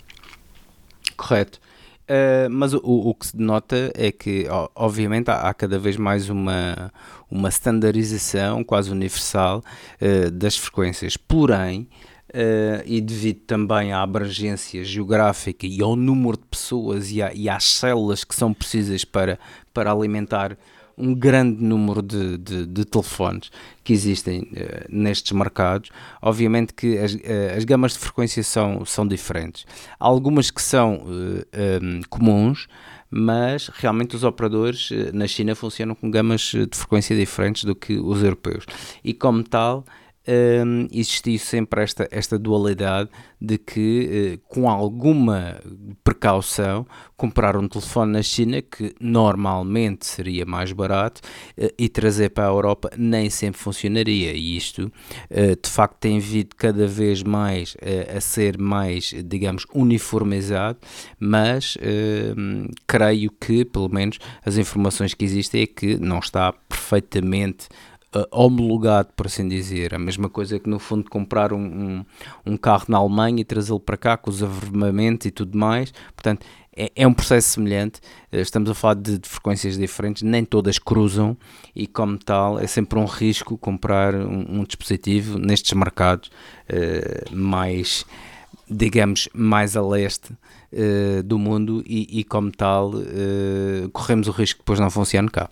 Correto. Uh, mas o, o que se nota é que, obviamente, há, há cada vez mais uma, uma standardização quase universal uh, das frequências. Porém, uh, e devido também à abrangência geográfica e ao número de pessoas e, à, e às células que são precisas para, para alimentar um grande número de, de, de telefones que existem uh, nestes mercados, obviamente que as, uh, as gamas de frequência são, são diferentes. Há algumas que são uh, um, comuns, mas realmente os operadores uh, na China funcionam com gamas de frequência diferentes do que os europeus. E como tal, Um, existiu sempre esta, esta dualidade de que, uh, com alguma precaução, comprar um telefone na China, que normalmente seria mais barato, uh, e trazer para a Europa nem sempre funcionaria. E isto, uh, de facto, tem vindo cada vez mais uh, a ser mais, digamos, uniformizado, mas uh, creio que, pelo menos, as informações que existem é que não está perfeitamente uh, homologado, por assim dizer. A mesma coisa que no fundo comprar um, um, um carro na Alemanha e trazê-lo para cá com os armamentos e tudo mais. Portanto, é, é um processo semelhante. Uh, estamos a falar de, de frequências diferentes, nem todas cruzam e como tal é sempre um risco comprar um, um dispositivo nestes mercados uh, mais, digamos, mais a leste uh, do mundo e, e como tal uh, corremos o risco que depois não funcione cá.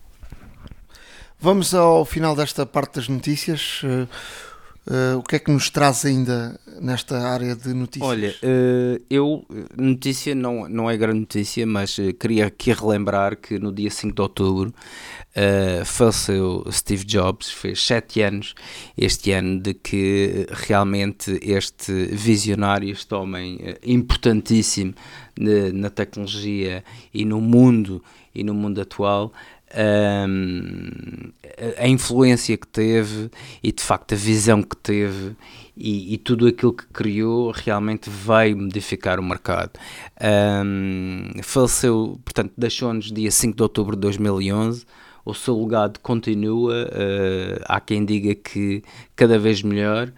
Vamos ao final desta parte das notícias. Uh, uh, o que é que nos traz ainda nesta área de notícias? Olha, uh, eu, notícia não, não é grande notícia, mas uh, queria aqui relembrar que no dia cinco de outubro uh, faleceu Steve Jobs, fez sete anos este ano de que realmente este visionário, este homem uh, importantíssimo na, na tecnologia e no mundo e no mundo atual, Um, a influência que teve e de facto a visão que teve e, e tudo aquilo que criou realmente veio modificar o mercado. Um, faleceu, portanto, deixou-nos dia cinco de outubro de dois mil e onze. O seu legado continua, uh, há quem diga que cada vez melhor.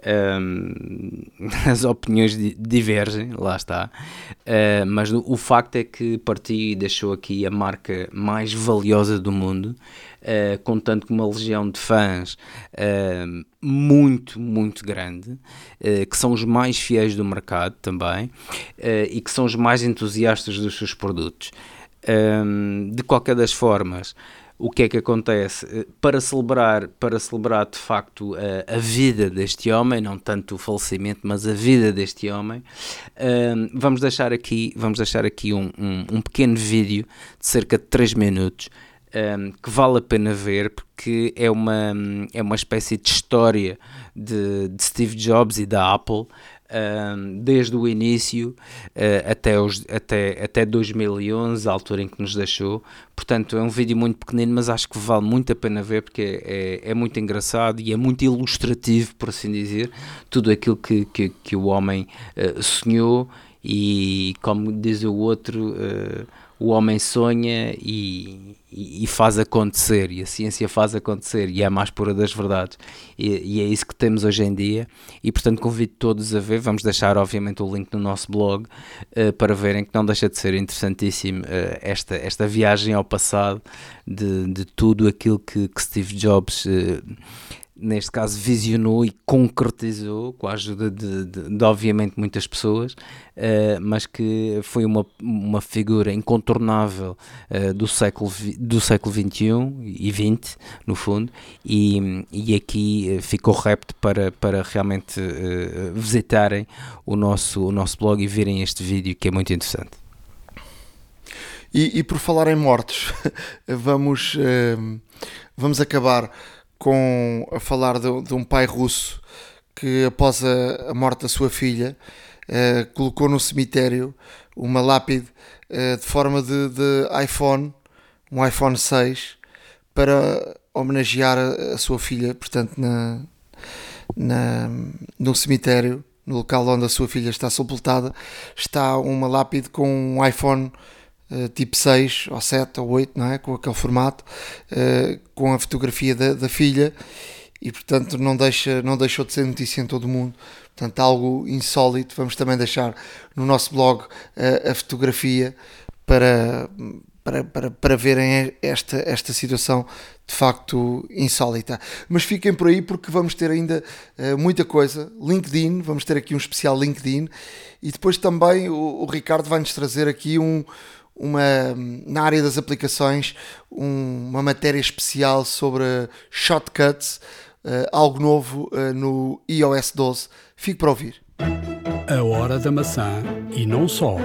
Um, as opiniões divergem, lá está, uh, mas o, o facto é que partiu e deixou aqui a marca mais valiosa do mundo, uh, contando com uma legião de fãs uh, muito, muito grande, uh, que são os mais fiéis do mercado também, uh, e que são os mais entusiastas dos seus produtos. Um, de qualquer das formas, o que é que acontece? Para celebrar, para celebrar de facto a, a vida deste homem, não tanto o falecimento, mas a vida deste homem, um, vamos deixar aqui, vamos deixar aqui um, um, um pequeno vídeo de cerca de três minutos um, que vale a pena ver, porque é uma, é uma espécie de história de, de Steve Jobs e da Apple, Um, desde o início uh, até, os, até, até dois mil e onze, a altura em que nos deixou. Portanto, é um vídeo muito pequenino, mas acho que vale muito a pena ver, porque é, é, é muito engraçado e é muito ilustrativo, por assim dizer, tudo aquilo que, que, que o homem uh, sonhou e, como diz o outro, uh, o homem sonha e, e, e faz acontecer, e a ciência faz acontecer, e é a mais pura das verdades, e, e é isso que temos hoje em dia, e portanto convido todos a ver. Vamos deixar obviamente o link no nosso blog uh, para verem, que não deixa de ser interessantíssimo uh, esta, esta viagem ao passado de, de tudo aquilo que, que Steve Jobs uh, neste caso visionou e concretizou com a ajuda de, de, de obviamente muitas pessoas, uh, mas que foi uma, uma figura incontornável uh, do século, do século vinte e um e vinte, no fundo, e, e aqui uh, ficou repto para, para realmente uh, visitarem o nosso, o nosso blog e verem este vídeo, que é muito interessante. E, e por falar em mortes, vamos, uh, vamos acabar com a falar de, de um pai russo que, após a, a morte da sua filha, uh, colocou no cemitério uma lápide uh, de forma de, de iPhone, um iPhone seis, para homenagear a, a sua filha. Portanto, na, na, no cemitério, no local onde a sua filha está sepultada, está uma lápide com um iPhone Uh, tipo seis ou sete ou oito, não é? Com aquele formato, uh, com a fotografia da, da filha, e portanto não, deixa, não deixou de ser notícia em todo o mundo. Portanto, algo insólito. Vamos também deixar no nosso blog uh, a fotografia para, para, para, para verem esta, esta situação de facto insólita. Mas fiquem por aí, porque vamos ter ainda uh, muita coisa. LinkedIn, vamos ter aqui um especial LinkedIn, e depois também o, o Ricardo vai-nos trazer aqui um Uma, na área das aplicações, um, uma matéria especial sobre shortcuts, uh, algo novo uh, no i O S doze. Fique para ouvir. A hora da maçã e não só.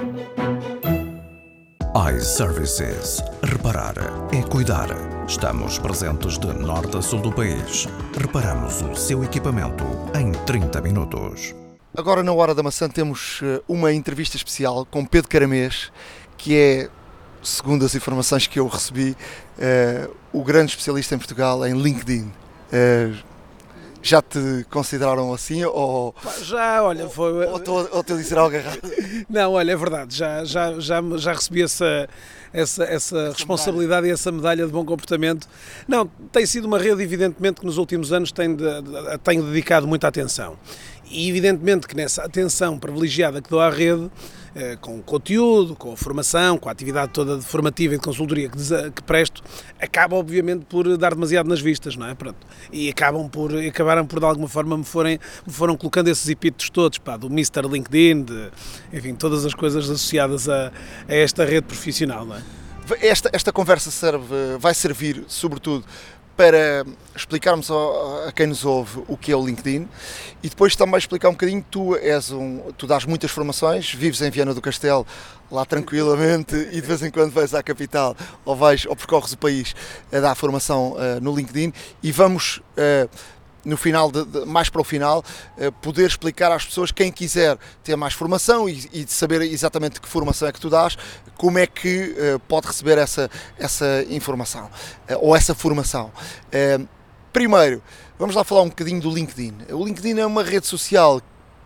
iServices. Reparar é cuidar. Estamos presentes de norte a sul do país. Reparamos o seu equipamento em trinta minutos. Agora, na hora da maçã, temos uh, uma entrevista especial com Pedro Caramês, que é, segundo as informações que eu recebi, uh, o grande especialista em Portugal em LinkedIn. Uh, Já te consideraram assim ou... Já, olha, foi... Ou estou a dizer algo errado? Não, olha, é verdade, já, já, já, já recebi essa, essa, essa responsabilidade medalha. E essa medalha de bom comportamento. Não, tem sido uma rede, evidentemente, que nos últimos anos tem, de, de, tem dedicado muita atenção. E evidentemente que nessa atenção privilegiada que dou à rede, eh, com o conteúdo, com a formação, com a atividade toda de formativa e de consultoria que, que presto, acaba obviamente por dar demasiado nas vistas, não é? Pronto. E acabam por, acabaram por de alguma forma me, forem, me foram colocando esses epítetos todos, pá, do mister LinkedIn, de, enfim, todas as coisas associadas a, a esta rede profissional, não é? Esta, esta conversa serve, vai servir sobretudo para explicarmos a, a quem nos ouve o que é o LinkedIn e depois também explicar um bocadinho, tu és um, tu dás muitas formações, vives em Viana do Castelo, lá tranquilamente, e de vez em quando vais à capital ou vais ou percorres o país a dar formação uh, no LinkedIn e vamos... Uh, no final, de, de, mais para o final, uh, poder explicar às pessoas, quem quiser ter mais formação e, e saber exatamente que formação é que tu dás, como é que uh, pode receber essa, essa informação, uh, ou essa formação. Uh, primeiro, vamos lá falar um bocadinho do LinkedIn. O LinkedIn é uma rede social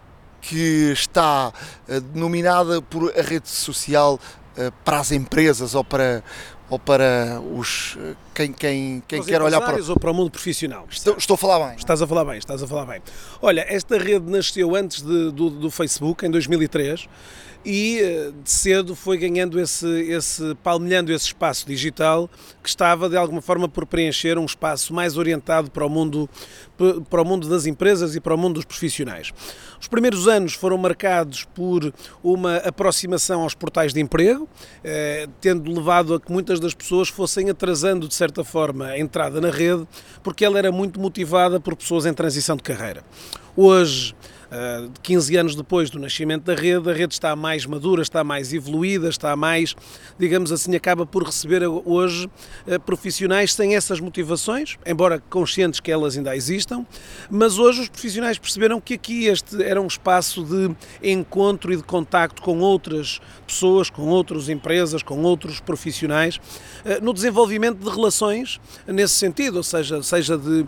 que está uh, denominada por a rede social uh, para as empresas ou para... ou para os, quem, quem, quem quer olhar para... ou para o mundo profissional. Estou, estou a falar bem. Estás a falar bem, estás a falar bem. Olha, esta rede nasceu antes de, do, do Facebook, em dois mil e três, e de cedo foi ganhando esse, esse, palmilhando esse espaço digital que estava de alguma forma por preencher um espaço mais orientado para o mundo, para o mundo das empresas e para o mundo dos profissionais. Os primeiros anos foram marcados por uma aproximação aos portais de emprego, eh, tendo levado a que muitas das pessoas fossem atrasando de certa forma a entrada na rede, porque ela era muito motivada por pessoas em transição de carreira. Hoje, quinze anos depois do nascimento da rede, a rede está mais madura, está mais evoluída, está mais, digamos assim, acaba por receber hoje profissionais sem essas motivações, embora conscientes que elas ainda existam, mas hoje os profissionais perceberam que aqui este era um espaço de encontro e de contacto com outras pessoas, com outras empresas, com outros profissionais, no desenvolvimento de relações nesse sentido, ou seja, seja de,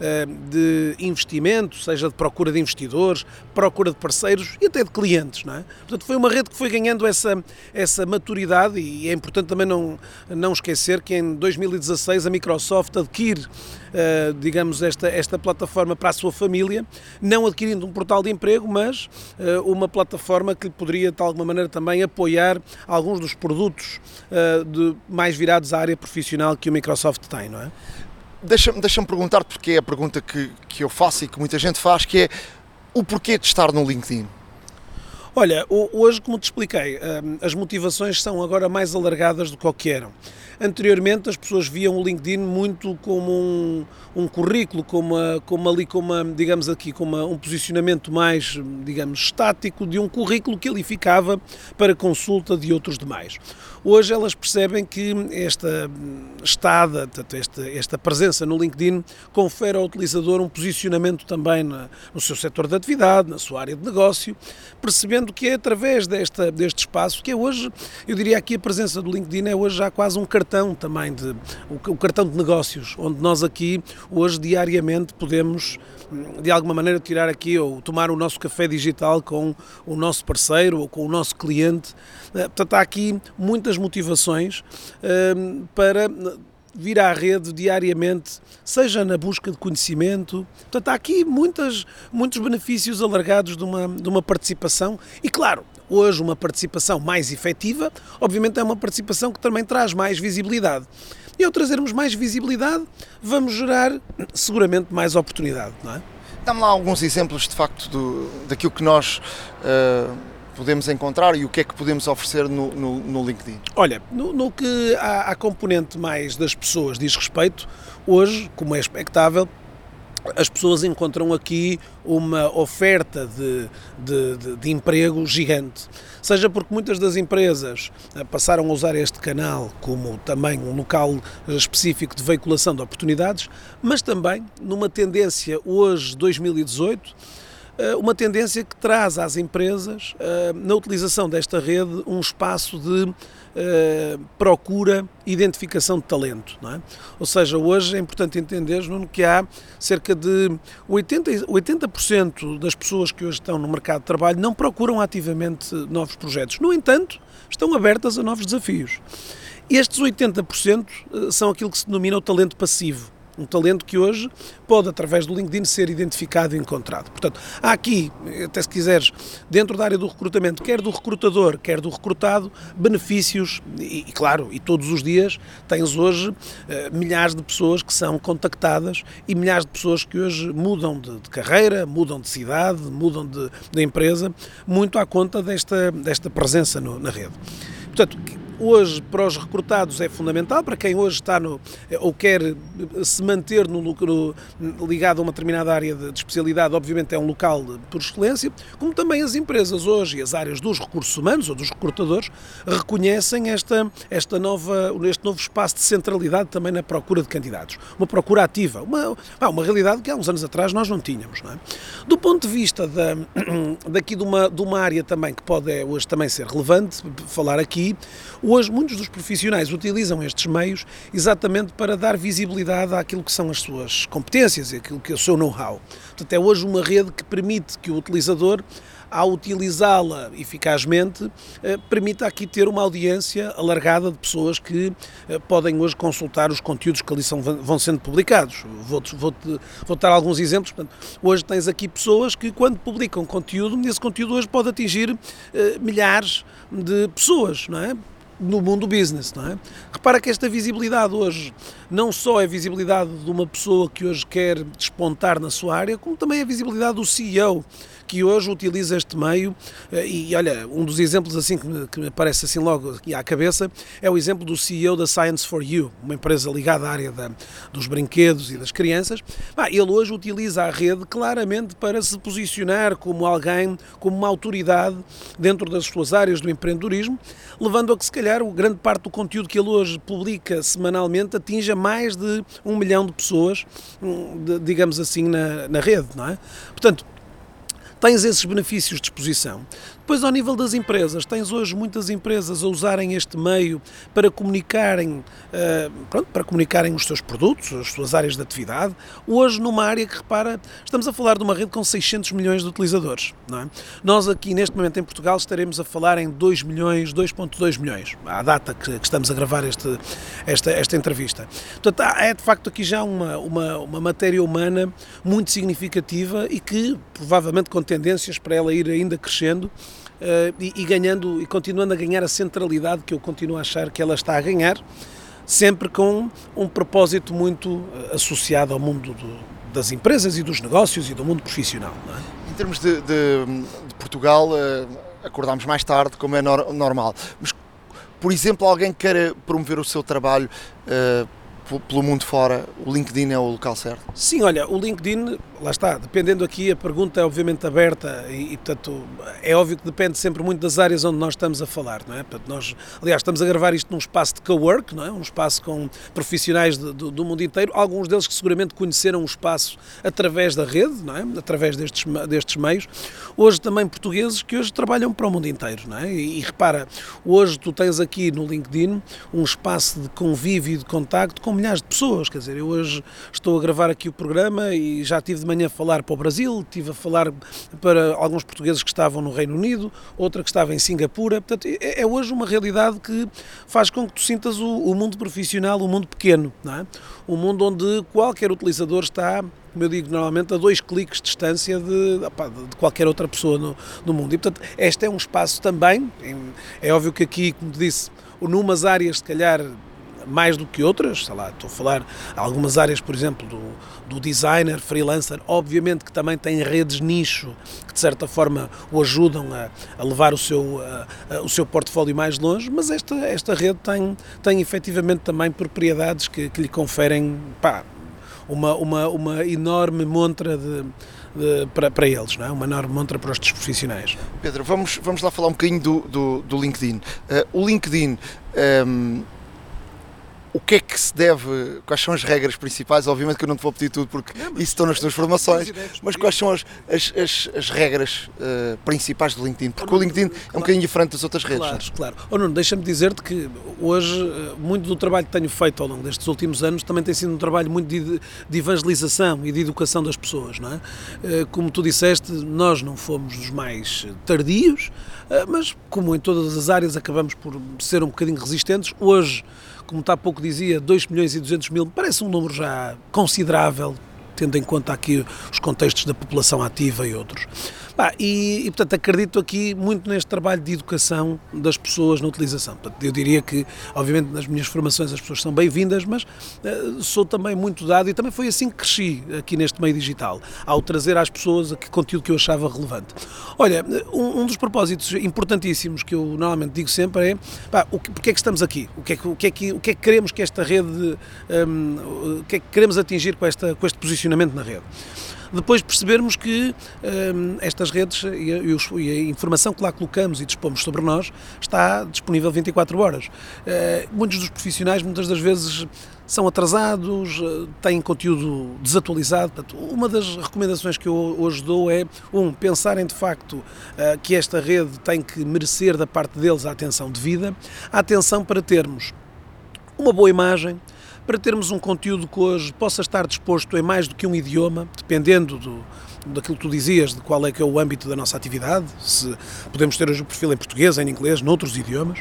de investimento, seja de procura de investidores, procura de parceiros e até de clientes, não é? Portanto, foi uma rede que foi ganhando essa, essa maturidade e é importante também não, não esquecer que em dois mil e dezasseis a Microsoft adquire, uh, digamos, esta, esta plataforma para a sua família, não adquirindo um portal de emprego, mas uh, uma plataforma que lhe poderia, de alguma maneira, também apoiar alguns dos produtos uh, de, mais virados à área profissional que o Microsoft tem, não é? Deixa-me, deixa-me perguntar-te, porque é a pergunta que, que eu faço e que muita gente faz, que é o porquê de estar no LinkedIn? Olha, hoje, como te expliquei, as motivações são agora mais alargadas do que o que eram. Anteriormente as pessoas viam o LinkedIn muito como um, um currículo, como, uma, como ali, como uma, digamos aqui, como uma, um posicionamento mais, digamos, estático de um currículo que ali ficava para consulta de outros demais. Hoje elas percebem que esta estada, esta, esta presença no LinkedIn confere ao utilizador um posicionamento também na, no seu setor de atividade, na sua área de negócio, percebendo que é através desta, deste espaço que é hoje, eu diria aqui a presença do LinkedIn é hoje já quase um cartão também, de, o, o cartão de negócios, onde nós aqui hoje diariamente podemos de alguma maneira tirar aqui ou tomar o nosso café digital com o nosso parceiro ou com o nosso cliente. Portanto, há aqui muitas motivações uh, para vir à rede diariamente, seja na busca de conhecimento. Portanto, há aqui muitas, muitos benefícios alargados de uma, de uma participação e, claro, hoje uma participação mais efetiva, obviamente é uma participação que também traz mais visibilidade. E ao trazermos mais visibilidade, vamos gerar seguramente mais oportunidade, não é? Dá-me lá alguns exemplos, de facto, do, daquilo que nós uh, podemos encontrar e o que é que podemos oferecer no, no, no LinkedIn. Olha, no, no que à, à componente mais das pessoas diz respeito, hoje, como é expectável, as pessoas encontram aqui uma oferta de, de, de, de emprego gigante, seja porque muitas das empresas passaram a usar este canal como também um local específico de veiculação de oportunidades, mas também numa tendência hoje, dois mil e dezoito, uma tendência que traz às empresas, na utilização desta rede, um espaço de Uh, procura e identificação de talento, não é? Ou seja, hoje é importante entender, Nuno, que há cerca de oitenta por cento das pessoas que hoje estão no mercado de trabalho não procuram ativamente novos projetos. No entanto, estão abertas a novos desafios. Estes oitenta por cento são aquilo que se denomina o talento passivo. Um talento que hoje pode, através do LinkedIn, ser identificado e encontrado. Portanto, há aqui, até se quiseres, dentro da área do recrutamento, quer do recrutador, quer do recrutado, benefícios e, e claro, e todos os dias tens hoje eh, milhares de pessoas que são contactadas e milhares de pessoas que hoje mudam de, de carreira, mudam de cidade, mudam de, de empresa, muito à conta desta, desta presença no, na rede. Portanto, hoje para os recrutados é fundamental, para quem hoje está no, ou quer se manter no, no, ligado a uma determinada área de, de especialidade, obviamente é um local de, por excelência, como também as empresas hoje e as áreas dos recursos humanos ou dos recrutadores reconhecem esta, esta nova, este novo espaço de centralidade também na procura de candidatos. Uma procura ativa, uma, uma realidade que há uns anos atrás nós não tínhamos. Não é? Do ponto de vista da, daqui de uma, de uma área também que pode hoje também ser relevante, falar aqui, hoje muitos dos profissionais utilizam estes meios exatamente para dar visibilidade àquilo que são as suas competências e aquilo que é o seu know-how. Portanto, é hoje uma rede que permite que o utilizador, ao utilizá-la eficazmente, eh, permita aqui ter uma audiência alargada de pessoas que eh, podem hoje consultar os conteúdos que ali são, vão sendo publicados. Vou-te, vou-te, vou dar alguns exemplos. Portanto, hoje tens aqui pessoas que, quando publicam conteúdo, esse conteúdo hoje pode atingir eh, milhares de pessoas, não é? No mundo business, não é? Repara que esta visibilidade hoje não só é a visibilidade de uma pessoa que hoje quer despontar na sua área, como também é a visibilidade do C E O, que hoje utiliza este meio e, olha, um dos exemplos assim que me, que me aparece assim logo aqui à cabeça é o exemplo do C E O da Science for You, uma empresa ligada à área da, dos brinquedos e das crianças. Ah, ele hoje utiliza a rede claramente para se posicionar como alguém, como uma autoridade dentro das suas áreas do empreendedorismo, levando a que se calhar grande parte do conteúdo que ele hoje publica semanalmente atinja mais de um milhão de pessoas, de, digamos assim, na, na rede, não é? Portanto, tens esses benefícios de exposição. Depois, ao nível das empresas, tens hoje muitas empresas a usarem este meio para comunicarem, uh, pronto, para comunicarem os seus produtos, as suas áreas de atividade. Hoje, numa área que, repara, estamos a falar de uma rede com seiscentos milhões de utilizadores, não é? Nós aqui, neste momento, em Portugal, estaremos a falar em dois milhões, dois vírgula dois milhões, à data que, que estamos a gravar este, esta, esta entrevista. Portanto, há, é de facto aqui já uma, uma, uma matéria humana muito significativa e que, provavelmente, com tendências para ela ir ainda crescendo, Uh, e, e ganhando e continuando a ganhar a centralidade que eu continuo a achar que ela está a ganhar, sempre com um propósito muito uh, associado ao mundo do, das empresas e dos negócios e do mundo profissional, não é? Em termos de, de, de Portugal, uh, acordámos mais tarde, como é nor- normal, mas, por exemplo, alguém que queira promover o seu trabalho uh, pelo mundo fora, o LinkedIn é o local certo? Sim, olha, o LinkedIn, lá está, dependendo aqui, a pergunta é obviamente aberta e, e, portanto, é óbvio que depende sempre muito das áreas onde nós estamos a falar, não é? Portanto, nós, aliás, estamos a gravar isto num espaço de cowork, não é? Um espaço com profissionais de, do, do mundo inteiro, alguns deles que seguramente conheceram o espaço através da rede, não é? Através destes, destes meios. Hoje também portugueses que hoje trabalham para o mundo inteiro, não é? E, e repara, hoje tu tens aqui no LinkedIn um espaço de convívio e de contacto com milhares de pessoas, quer dizer, eu hoje estou a gravar aqui o programa e já tive de manhã a falar para o Brasil, estive a falar para alguns portugueses que estavam no Reino Unido, outra que estava em Singapura, portanto é, é hoje uma realidade que faz com que tu sintas o, o mundo profissional, o mundo pequeno, não é? Um mundo onde qualquer utilizador está, como eu digo normalmente, a dois cliques de distância de, de qualquer outra pessoa no, no mundo e portanto este é um espaço também, é óbvio que aqui, como te disse, numas áreas se calhar mais do que outras, sei lá, estou a falar algumas áreas, por exemplo, do, do designer, freelancer, obviamente que também tem redes nicho que de certa forma o ajudam a, a levar o seu, a, a, o seu portfólio mais longe, mas esta, esta rede tem, tem efetivamente também propriedades que, que lhe conferem, pá, uma, uma, uma enorme montra de, de, para, para eles, não é? Uma enorme montra para estes profissionais. Pedro, vamos, vamos lá falar um bocadinho do, do, do LinkedIn. Uh, o LinkedIn... Um, o que é que se deve, quais são as regras principais? Obviamente que eu não te vou pedir tudo porque não, isso estão nas tuas formações, mas quais são as, as, as, as regras uh, principais do LinkedIn? Porque oh, o LinkedIn claro. é um bocadinho diferente das outras redes. Claro, claro. Oh, Nuno, deixa-me dizer-te que hoje muito do trabalho que tenho feito ao longo destes últimos anos também tem sido um trabalho muito de, de evangelização e de educação das pessoas, não é? Como tu disseste, nós não fomos os mais tardios, mas como em todas as áreas acabamos por ser um bocadinho resistentes. Hoje, como há pouco dizia, dois milhões e duzentos mil, parece um número já considerável, tendo em conta aqui os contextos da população ativa e outros. Ah, e, e, portanto, acredito aqui muito neste trabalho de educação das pessoas na utilização. Portanto, eu diria que, obviamente, nas minhas formações as pessoas são bem-vindas, mas uh, sou também muito dado, e também foi assim que cresci aqui neste meio digital, ao trazer às pessoas aquele conteúdo que eu achava relevante. Olha, um, um dos propósitos importantíssimos que eu normalmente digo sempre é, pá, o que, porque é que estamos aqui? O que é que, o que, é que, o que, é que queremos que esta rede, um, o que é que queremos atingir com, esta, com este posicionamento na rede? Depois percebermos que hum, estas redes e a, e a informação que lá colocamos e dispomos sobre nós está disponível vinte e quatro horas. Uh, muitos dos profissionais muitas das vezes são atrasados, uh, têm conteúdo desatualizado. Portanto, uma das recomendações que eu hoje dou é, um, pensarem de facto uh, que esta rede tem que merecer da parte deles a atenção devida, a atenção para termos uma boa imagem, para termos um conteúdo que hoje possa estar disposto em mais do que um idioma, dependendo do, daquilo que tu dizias, de qual é que é o âmbito da nossa atividade, se podemos ter hoje o perfil em português, em inglês, noutros idiomas.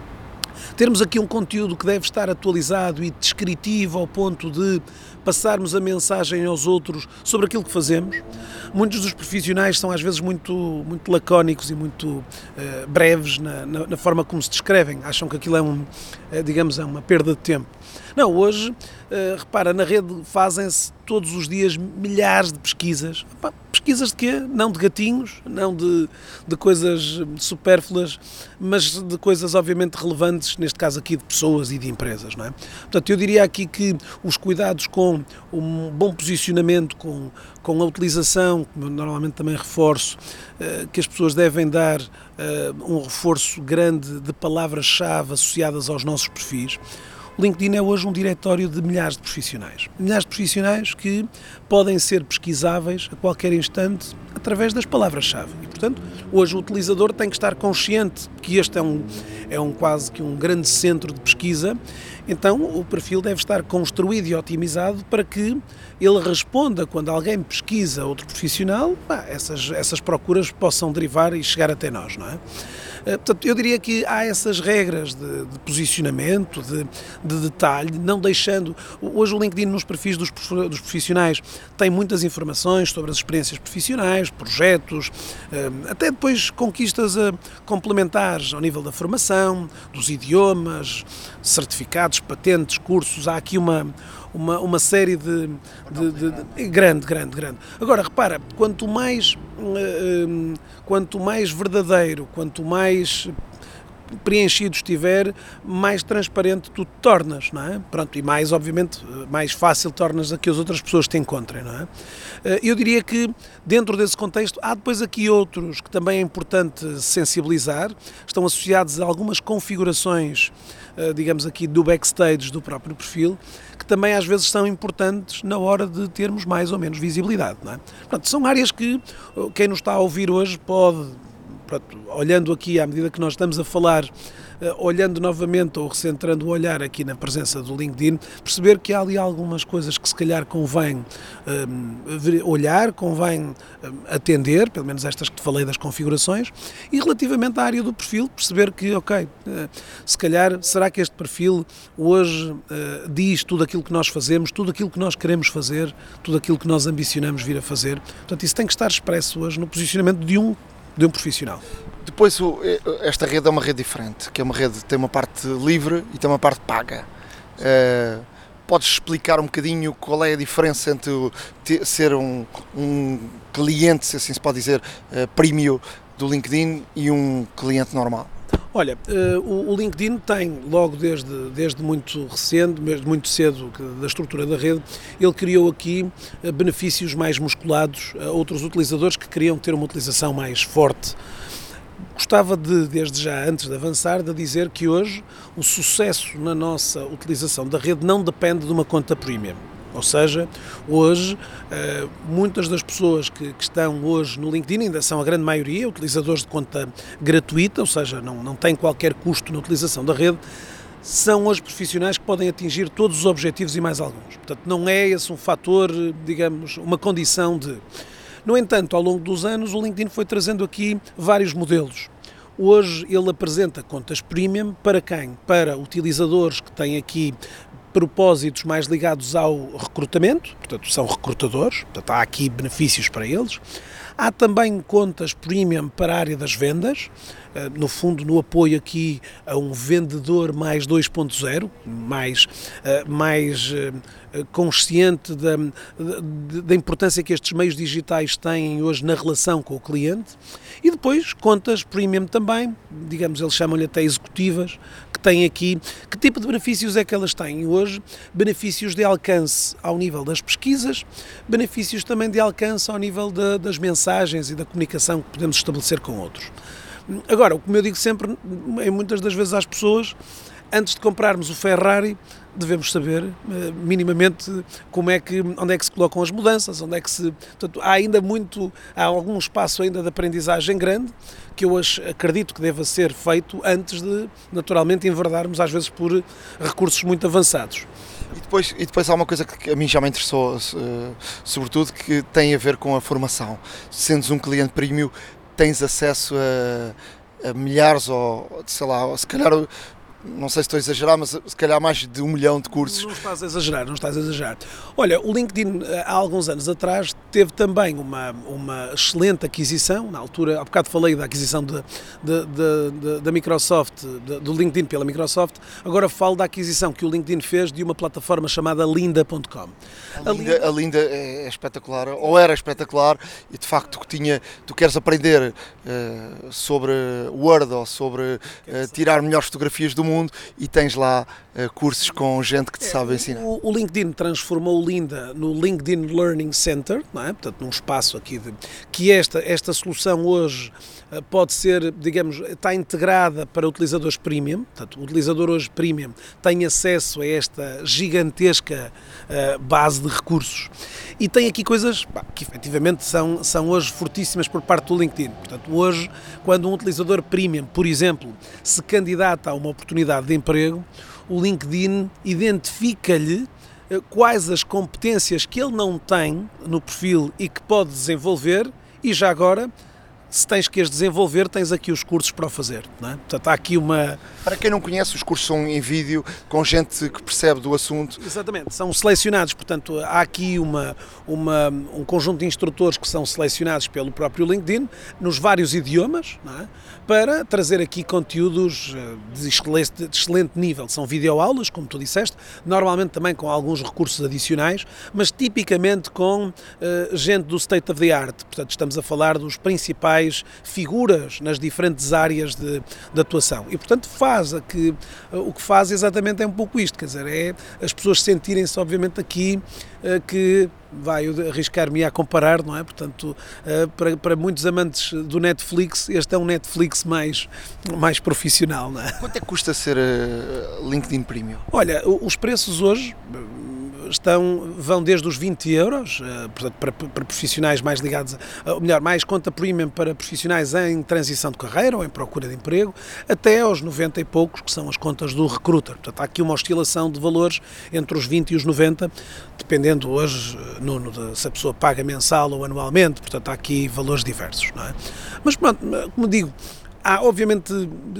Termos aqui um conteúdo que deve estar atualizado e descritivo ao ponto de passarmos a mensagem aos outros sobre aquilo que fazemos. Muitos dos profissionais são às vezes muito, muito lacónicos e muito uh, breves na, na, na forma como se descrevem. Acham que aquilo é, um, é, digamos, é uma perda de tempo. Não, hoje, uh, repara, na rede fazem-se todos os dias milhares de pesquisas. Epá, pesquisas de quê? Não de gatinhos, não de, de coisas supérfluas, mas de coisas obviamente relevantes, neste caso aqui de pessoas e de empresas, não é? Portanto, eu diria aqui que os cuidados com um bom posicionamento, com, com a utilização, como normalmente também reforço, uh, que as pessoas devem dar uh, um reforço grande de palavras-chave associadas aos nossos perfis. O LinkedIn é hoje um diretório de milhares de profissionais. Milhares de profissionais que podem ser pesquisáveis a qualquer instante através das palavras-chave. E, portanto, hoje o utilizador tem que estar consciente que este é um, é um quase que um grande centro de pesquisa. Então, o perfil deve estar construído e otimizado para que ele responda quando alguém pesquisa outro profissional, pá, essas, essas procuras possam derivar e chegar até nós, não é? Portanto, eu diria que há essas regras de, de posicionamento, de, de detalhe, não deixando... Hoje o LinkedIn nos perfis dos, dos profissionais tem muitas informações sobre as experiências profissionais, projetos, até depois conquistas complementares ao nível da formação, dos idiomas, certificados, patentes, cursos. Há aqui uma... Uma, uma série de, de, de, de... Grande, grande, grande. Agora, repara, quanto mais, uh, quanto mais verdadeiro, quanto mais preenchido estiver, mais transparente tu te tornas, não é? Pronto, e mais, obviamente, mais fácil tornas a que as outras pessoas te encontrem, não é? Eu diria que, dentro desse contexto, há depois aqui outros que também é importante sensibilizar, estão associados a algumas configurações, digamos aqui, do backstage do próprio perfil, que também às vezes são importantes na hora de termos mais ou menos visibilidade, não é? Portanto, são áreas que quem nos está a ouvir hoje pode... Pronto, olhando aqui à medida que nós estamos a falar, uh, olhando novamente ou recentrando o olhar aqui na presença do LinkedIn, perceber que há ali algumas coisas que se calhar convém um, olhar, convém um, atender, pelo menos estas que te falei das configurações, e relativamente à área do perfil, perceber que, ok, uh, se calhar, será que este perfil hoje uh, diz tudo aquilo que nós fazemos, tudo aquilo que nós queremos fazer, tudo aquilo que nós ambicionamos vir a fazer. Portanto, isso tem que estar expresso hoje no posicionamento de um de um profissional. Depois, esta rede é uma rede diferente, que é uma rede, tem uma parte livre e tem uma parte paga. Uh, podes explicar um bocadinho qual é a diferença entre ter, ser um, um cliente, se assim se pode dizer, uh, premium do LinkedIn e um cliente normal? Olha, uh, o LinkedIn tem, logo desde, desde muito recente, desde muito cedo da estrutura da rede, ele criou aqui uh, benefícios mais musculados a outros utilizadores que queriam ter uma utilização mais forte. Gostava de, desde já, antes de avançar, de dizer que hoje o sucesso na nossa utilização da rede não depende de uma conta premium. Ou seja, hoje, muitas das pessoas que, que estão hoje no LinkedIn, ainda são a grande maioria, utilizadores de conta gratuita, ou seja, não, não têm qualquer custo na utilização da rede, são hoje profissionais que podem atingir todos os objetivos e mais alguns. Portanto, não é esse um fator, digamos, uma condição de... No entanto, ao longo dos anos, o LinkedIn foi trazendo aqui vários modelos. Hoje ele apresenta contas premium para quem? Para utilizadores que têm aqui propósitos mais ligados ao recrutamento, portanto são recrutadores, portanto há aqui benefícios para eles. Há também contas premium para a área das vendas, no fundo no apoio aqui a um vendedor mais dois ponto zero, mais, mais consciente da, da importância que estes meios digitais têm hoje na relação com o cliente. E depois contas premium também, digamos, eles chamam-lhe até executivas, que têm aqui, que tipo de benefícios é que elas têm hoje? Benefícios de alcance ao nível das pesquisas, benefícios também de alcance ao nível de, das mensagens e da comunicação que podemos estabelecer com outros. Agora, como eu digo sempre, em muitas das vezes às pessoas, antes de comprarmos o Ferrari, devemos saber minimamente como é que, onde é que se colocam as mudanças, onde é que se... Portanto, há ainda muito, há algum espaço ainda de aprendizagem grande que eu acredito que deva ser feito antes de, naturalmente, enverdarmos às vezes por recursos muito avançados. E depois, e depois há uma coisa que a mim já me interessou, sobretudo, que tem a ver com a formação. Sendo um cliente premium, tens acesso a, a milhares ou, sei lá, se calhar... Não sei se estou a exagerar, mas se calhar mais de um milhão de cursos. Não estás a exagerar, não estás a exagerar. Olha, o LinkedIn, há alguns anos atrás, teve também uma, uma excelente aquisição. Na altura, há bocado falei da aquisição de, de, de, de, da Microsoft, de, do LinkedIn pela Microsoft. Agora falo da aquisição que o LinkedIn fez de uma plataforma chamada Lynda ponto com. A Lynda, a Lynda é espetacular, ou era espetacular, e de facto que tinha, tu queres aprender uh, sobre Word ou sobre uh, tirar melhores fotografias do mundo, e tens lá uh, cursos com gente que te sabe ensinar. O, o LinkedIn transformou o Lynda no LinkedIn Learning Center, não é? Portanto, num espaço aqui de, que esta, esta solução hoje uh, pode ser, digamos, está integrada para utilizadores premium. Portanto, o utilizador hoje premium tem acesso a esta gigantesca uh, base de recursos e tem aqui coisas bah, que efetivamente são, são hoje fortíssimas por parte do LinkedIn. Portanto, hoje, quando um utilizador premium, por exemplo, se candidata a uma oportunidade de emprego, o LinkedIn identifica-lhe quais as competências que ele não tem no perfil e que pode desenvolver, e já agora, se tens que as desenvolver, tens aqui os cursos para o fazer, não é? Portanto, há aqui uma... Para quem não conhece, os cursos são em vídeo, com gente que percebe do assunto. Exatamente, são selecionados, portanto, há aqui uma, uma, um conjunto de instrutores que são selecionados pelo próprio LinkedIn, nos vários idiomas, não é? Para trazer aqui conteúdos de excelente, de excelente nível. São videoaulas, como tu disseste, normalmente também com alguns recursos adicionais, mas tipicamente com uh, gente do state of the art. Portanto, estamos a falar dos principais figuras nas diferentes áreas de, de atuação. E, portanto, faz a que, o que faz exatamente é um pouco isto, quer dizer, é as pessoas sentirem-se, obviamente, aqui que vai arriscar-me a comparar, não é? Portanto, para, para muitos amantes do Netflix, este é um Netflix mais, mais profissional, não é? Quanto é que custa ser uh, LinkedIn Premium? Olha, os preços hoje estão, vão desde os vinte euros, portanto, para, para profissionais mais ligados, a, ou melhor, mais conta premium para profissionais em transição de carreira ou em procura de emprego, até aos noventa e poucos, que são as contas do recruiter. Portanto, há aqui uma oscilação de valores entre os vinte e os noventa, dependendo hoje, Nuno, de se a pessoa paga mensal ou anualmente, portanto, há aqui valores diversos, não é? Mas, pronto, como digo, há obviamente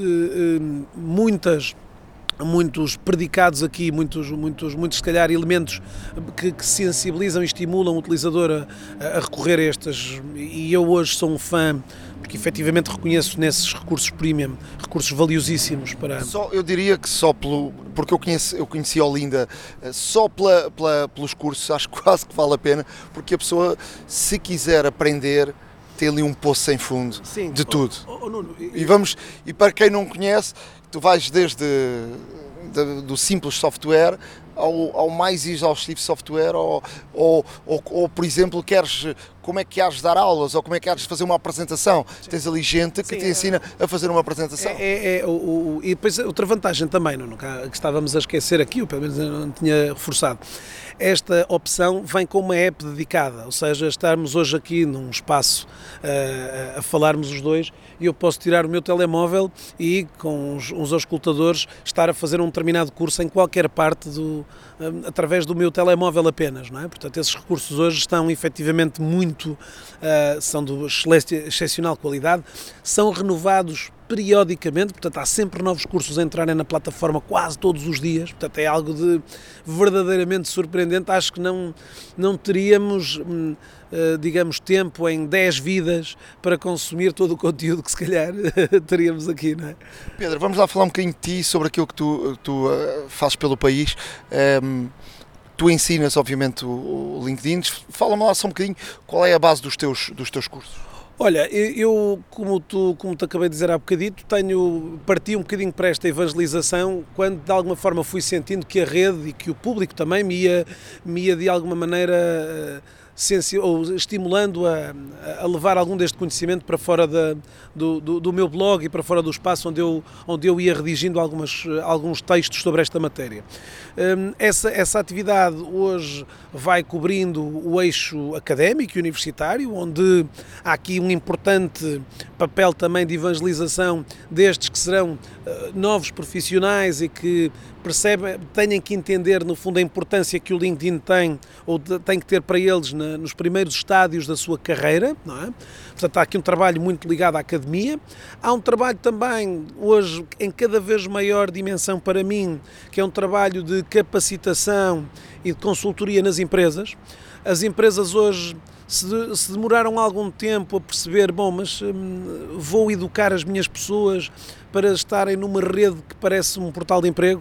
muitas muitos predicados aqui, muitos, muitos, muitos se calhar elementos que, que sensibilizam e estimulam o utilizador a, a recorrer a estas, e eu hoje sou um fã, porque efetivamente reconheço nesses recursos premium, recursos valiosíssimos para... Só, eu diria que só pelo, porque eu, conheço, eu conheci a Olinda, só pela, pela, pelos cursos, acho quase que vale a pena, porque a pessoa, se quiser aprender, tem ali um poço sem fundo. Sim, de tudo. Oh, oh, Nuno, e, vamos, e para quem não conhece, tu vais desde de, do simples software ao, ao mais exaustivo software, ou, ou, ou, ou, por exemplo, queres como é que hás de dar aulas ou como é que hás de fazer uma apresentação. Sim. Tens ali gente que Sim, te ensina é, a fazer uma apresentação. É, é, é, o, o, e depois outra vantagem também, não, que estávamos a esquecer aqui, ou pelo menos eu não tinha reforçado. Esta opção vem com uma app dedicada, ou seja, estarmos hoje aqui num espaço uh, a falarmos os dois e eu posso tirar o meu telemóvel e com os, os auscultadores estar a fazer um determinado curso em qualquer parte do, uh, através do meu telemóvel apenas, não é? Portanto, esses recursos hoje estão efetivamente muito, uh, são de excepcional qualidade, são renovados periodicamente, portanto há sempre novos cursos a entrarem na plataforma quase todos os dias, portanto é algo de verdadeiramente surpreendente. Acho que não, não teríamos, digamos, tempo em dez vidas para consumir todo o conteúdo que se calhar teríamos aqui, não é? Pedro, vamos lá falar um bocadinho de ti, sobre aquilo que tu, tu uh, fazes pelo país. Um, tu ensinas, obviamente, o, o LinkedIn. Fala-me lá só um bocadinho qual é a base dos teus, dos teus cursos. Olha, eu, como, tu, como te acabei de dizer há bocadito, tenho, parti um bocadinho para esta evangelização quando de alguma forma fui sentindo que a rede e que o público também me ia, me ia de alguma maneira sensi- ou estimulando a, a levar algum deste conhecimento para fora da, do, do, do meu blog e para fora do espaço onde eu, onde eu ia redigindo algumas, alguns textos sobre esta matéria. Essa, essa atividade hoje vai cobrindo o eixo académico e universitário, onde há aqui um importante papel também de evangelização destes que serão uh, novos profissionais e que percebem, tenham que entender no fundo a importância que o LinkedIn tem ou de, tem que ter para eles na, nos primeiros estádios da sua carreira, não é? Portanto, há aqui um trabalho muito ligado à academia. Há um trabalho também, hoje, em cada vez maior dimensão para mim, que é um trabalho de capacitação e de consultoria nas empresas. As empresas hoje se, de, se demoraram algum tempo a perceber, bom, mas hum, vou educar as minhas pessoas para estarem numa rede que parece um portal de emprego.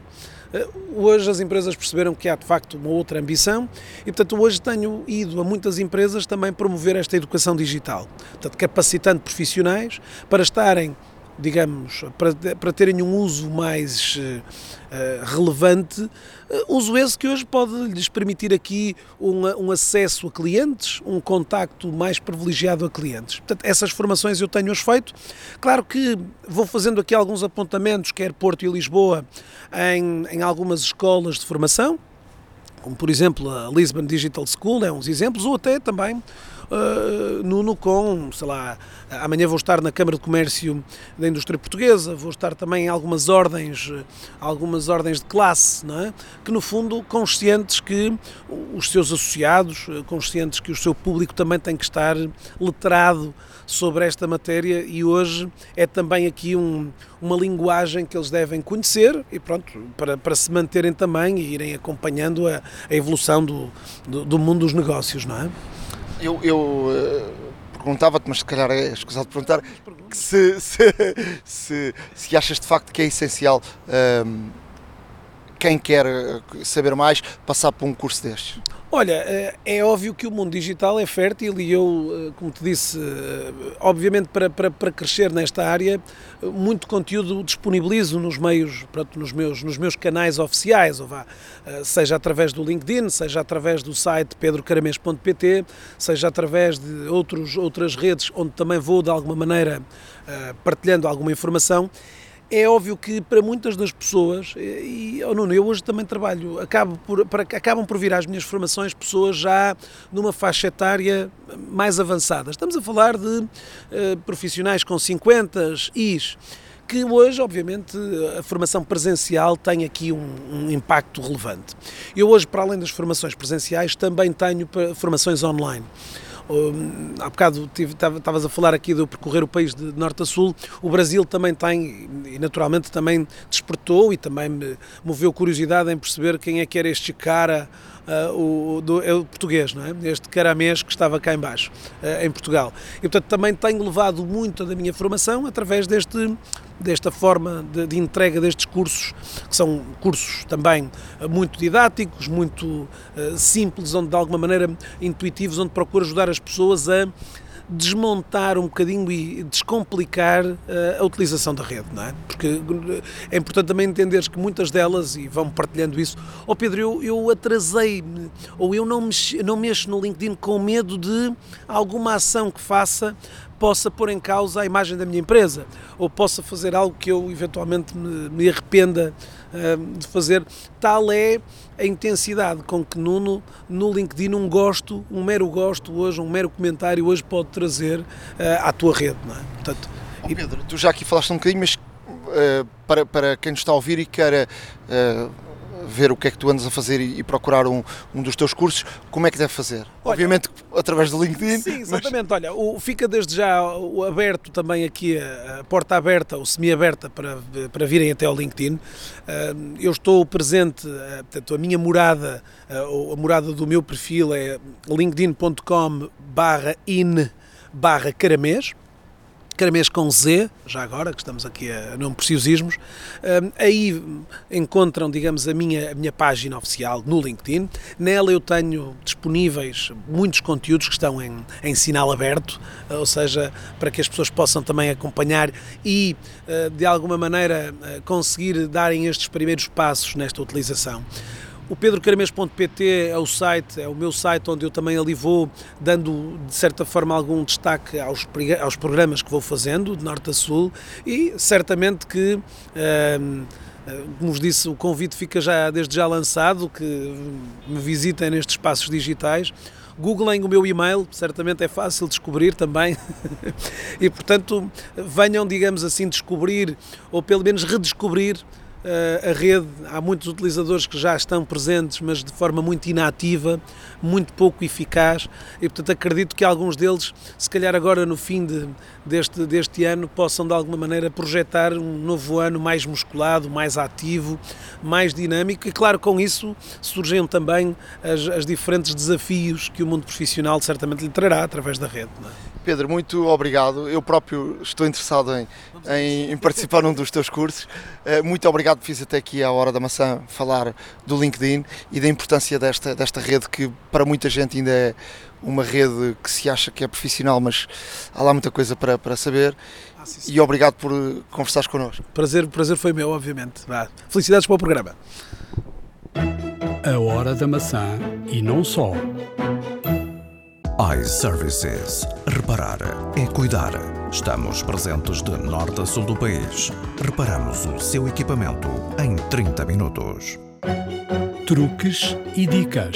Hoje as empresas perceberam que há de facto uma outra ambição e, portanto, hoje tenho ido a muitas empresas também promover esta educação digital, portanto, capacitando profissionais para estarem, digamos, para, para terem um uso mais uh, relevante, uh, uso esse que hoje pode lhes permitir aqui um, um acesso a clientes, um contacto mais privilegiado a clientes. Portanto, essas formações eu tenho-as feito. Claro que vou fazendo aqui alguns apontamentos, quer Porto e Lisboa, em, em algumas escolas de formação, como por exemplo a Lisbon Digital School, é uns exemplos, ou até também Uh, Nuno com, sei lá, amanhã vou estar na Câmara de Comércio da Indústria Portuguesa, vou estar também em algumas ordens, algumas ordens de classe, não é? Que no fundo conscientes que os seus associados, conscientes que o seu público também tem que estar letrado sobre esta matéria e hoje é também aqui um, uma linguagem que eles devem conhecer e pronto, para, para se manterem também e irem acompanhando a, a evolução do, do, do mundo dos negócios, não é? Eu, eu uh, perguntava-te, mas se calhar é escusado de perguntar, que se, se, se, se achas de facto que é essencial um, quem quer saber mais passar por um curso destes. Olha, é óbvio que o mundo digital é fértil e eu, como te disse, obviamente para, para, para crescer nesta área, muito conteúdo disponibilizo nos meios, pronto, nos meus, nos meus canais oficiais, ou vá, seja através do LinkedIn, seja através do site pedro caramês ponto pt, seja através de outros, outras redes onde também vou de alguma maneira partilhando alguma informação. É óbvio que para muitas das pessoas, e oh, Nuno, eu hoje também trabalho, acabo por, para, acabam por vir às minhas formações pessoas já numa faixa etária mais avançada. Estamos a falar de uh, profissionais com cinquenta is, que hoje, obviamente, a formação presencial tem aqui um, um impacto relevante. Eu hoje, para além das formações presenciais, também tenho formações online. Um, há bocado estavas a falar aqui de eu percorrer o país de norte a sul. O Brasil também tem, e naturalmente também despertou e também me moveu curiosidade em perceber quem é que era este cara, uh, o, do, é o português, não é? Este caramês que estava cá em baixo, uh, em Portugal. E portanto também tenho levado muito da minha formação através deste desta forma de, de entrega destes cursos, que são cursos também muito didáticos, muito uh, simples, onde de alguma maneira intuitivos, onde procuro ajudar as pessoas a desmontar um bocadinho e descomplicar uh, a utilização da rede, não é? Porque é importante também entenderes que muitas delas, e vão partilhando isso, ó oh Pedro, eu, eu atrasei-me, ou eu não, mex, não mexo no LinkedIn com medo de alguma ação que faça possa pôr em causa a imagem da minha empresa, ou possa fazer algo que eu eventualmente me, me arrependa uh, de fazer. Tal é a intensidade com que Nuno, no LinkedIn, um gosto, um mero gosto hoje, um mero comentário hoje pode trazer uh, à tua rede, não é? Portanto, oh, Pedro, tu já aqui falaste um bocadinho, mas uh, para, para quem nos está a ouvir e quer uh, ver o que é que tu andas a fazer e, e procurar um, um dos teus cursos, como é que deve fazer? Olha, obviamente através do LinkedIn. Sim, exatamente. Mas... Olha, o, fica desde já o aberto também aqui, a, a porta aberta, ou semi-aberta, para, para virem até ao LinkedIn. Uh, eu estou presente, uh, portanto, a minha morada, uh, a morada do meu perfil é linkedin ponto com barra in barra caramês. Caramês com Z, já agora, que estamos aqui a não preciosismos, um, aí encontram, digamos, a minha, a minha página oficial no LinkedIn. Nela eu tenho disponíveis muitos conteúdos que estão em, em sinal aberto, ou seja, para que as pessoas possam também acompanhar e, uh, de alguma maneira, uh, conseguir darem estes primeiros passos nesta utilização. O pedro caramês ponto pt é o site, é o meu site onde eu também ali vou dando, de certa forma, algum destaque aos, aos programas que vou fazendo, de norte a sul, e certamente que, um, como vos disse, o convite fica já, desde já lançado, que me visitem nestes espaços digitais. Googlem o meu e-mail, certamente é fácil descobrir também, e portanto venham, digamos assim, descobrir, ou pelo menos redescobrir, a rede. Há muitos utilizadores que já estão presentes, mas de forma muito inativa, muito pouco eficaz, e portanto acredito que alguns deles, se calhar agora no fim de, deste, deste ano, possam de alguma maneira projetar um novo ano mais musculado, mais ativo, mais dinâmico, e claro, com isso surgem também as, as diferentes desafios que o mundo profissional certamente lhe trará através da rede, não é? Pedro, muito obrigado. Eu próprio estou interessado em, em, em participar num dos teus cursos. Muito obrigado por fiz até aqui à Hora da Maçã falar do LinkedIn e da importância desta, desta rede, que para muita gente ainda é uma rede que se acha que é profissional, mas há lá muita coisa para, para saber. Ah, sim, sim. E obrigado por conversares connosco. Prazer, prazer foi meu, obviamente. Vá. Felicidades para o programa. A Hora da Maçã e não só. iServices. Reparar é cuidar. Estamos presentes de norte a sul do país. Reparamos o seu equipamento em trinta minutos. Truques e dicas.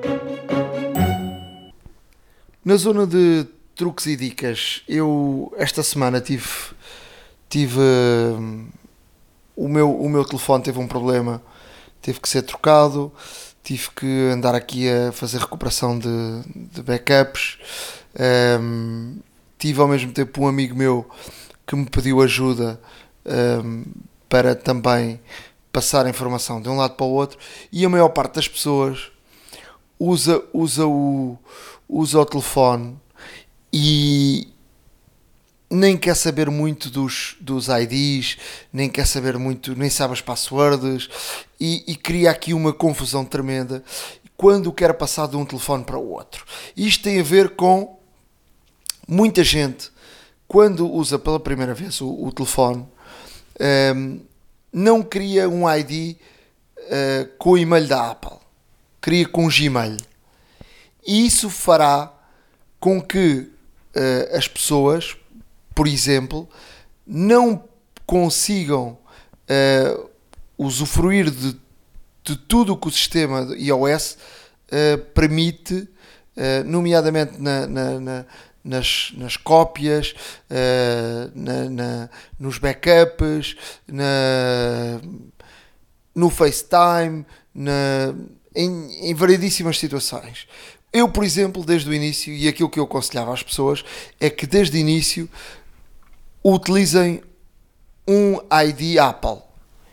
Na zona de truques e dicas, eu esta semana tive, tive um, o, meu, o meu telefone teve um problema, teve que ser trocado. Tive que andar aqui a fazer recuperação de, de backups. Um, tive ao mesmo tempo um amigo meu que me pediu ajuda um, para também passar a informação de um lado para o outro. E a maior parte das pessoas usa, usa, o, usa o telefone e nem quer saber muito dos, dos I Ds, nem quer saber muito, nem sabe as passwords, e, e cria aqui uma confusão tremenda quando quer passar de um telefone para o outro. Isto tem a ver com muita gente, quando usa pela primeira vez o, o telefone, um, não cria um I D uh, com o e-mail da Apple, cria com o Gmail. E isso fará com que uh, as pessoas, por exemplo, não consigam uh, usufruir de, de tudo o que o sistema iOS uh, permite, uh, nomeadamente na, na, na, nas, nas cópias, uh, na, na, nos backups, na, no FaceTime, na, em, em variedíssimas situações. Eu, por exemplo, desde o início, e aquilo que eu aconselhava às pessoas, é que desde o início utilizem um I D Apple.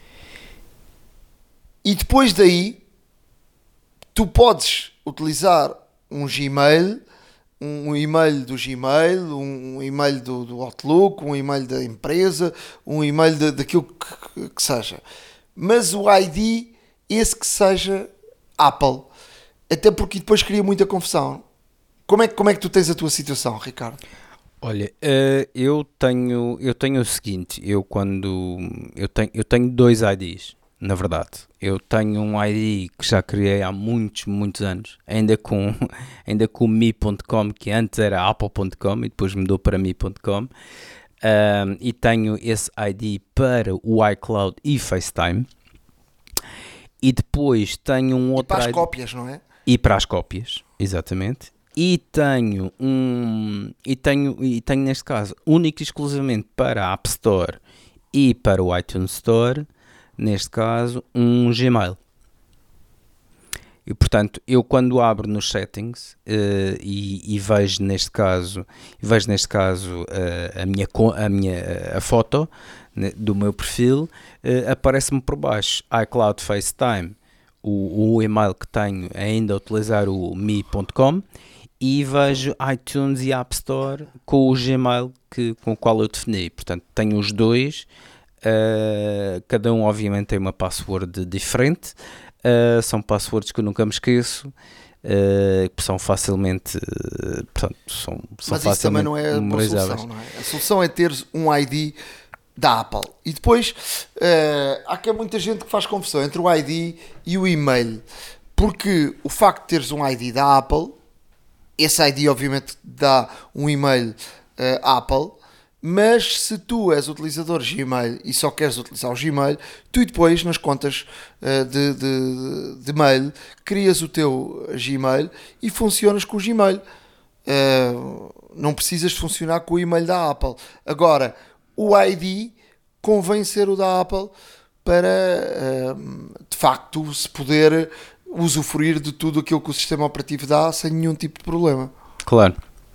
E depois daí, tu podes utilizar um Gmail, um e-mail do Gmail, um e-mail do, do Outlook, um e-mail da empresa, um e-mail de, daquilo que, que seja. Mas o I D, esse que seja Apple. Até porque depois cria muita confusão. Como é, como é que tu tens a tua situação, Ricardo? Olha, uh, eu tenho eu tenho o seguinte, eu quando eu tenho eu tenho dois I Ds, na verdade. Eu tenho um I D que já criei há muitos, muitos anos, ainda com ainda com me ponto com, que antes era apple ponto com e depois mudou para me ponto com. Um, e tenho esse I D para o iCloud e FaceTime. E depois tenho um outro E para as I D... cópias, não é? E para as cópias, exatamente. E tenho um e tenho e tenho neste caso único e exclusivamente para a App Store e para o iTunes Store, neste caso um Gmail. E portanto, eu quando abro nos settings uh, e, e vejo neste caso, vejo neste caso uh, a minha a minha a foto, né, do meu perfil, uh, aparece-me por baixo iCloud, FaceTime, o, o e-mail que tenho ainda a utilizar, o me ponto com, e vejo iTunes e App Store com o Gmail que, com o qual eu defini. Portanto, tenho os dois, uh, cada um obviamente tem uma password diferente, uh, são passwords que eu nunca me esqueço, uh, que são facilmente, uh, portanto, são, são Mas facilmente isso também não é a boa solução, não é? A solução é teres um I D da Apple. E depois, uh, há que muita gente que faz confusão entre o I D e o e-mail, porque o facto de teres um I D da Apple, esse I D obviamente dá um e-mail uh, Apple, mas se tu és utilizador Gmail e só queres utilizar o Gmail, tu depois nas contas uh, de, de, de mail crias o teu Gmail e funcionas com o Gmail. Uh, não precisas funcionar com o e-mail da Apple. Agora, o I D convém ser o da Apple para uh, de facto se poder usufruir de tudo aquilo que o sistema operativo dá sem nenhum tipo de problema. Claro.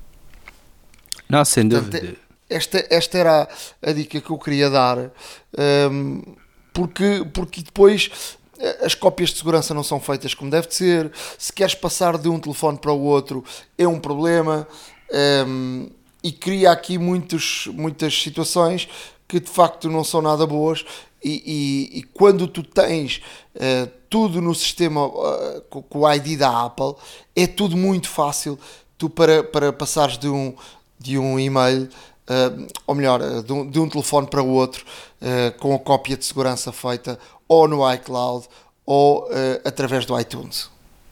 Não, sem Portanto, dúvida. Esta, esta era a, a dica que eu queria dar, um, porque, porque depois as cópias de segurança não são feitas como deve de ser. Se queres passar de um telefone para o outro é um problema, um, e cria aqui muitos, muitas situações que de facto não são nada boas. E, e, e quando tu tens uh, tudo no sistema uh, com, com o I D da Apple, é tudo muito fácil tu para, para passares de um, de um e-mail, uh, ou melhor, uh, de, um, de um telefone para o outro, uh, com a cópia de segurança feita ou no iCloud ou uh, através do iTunes.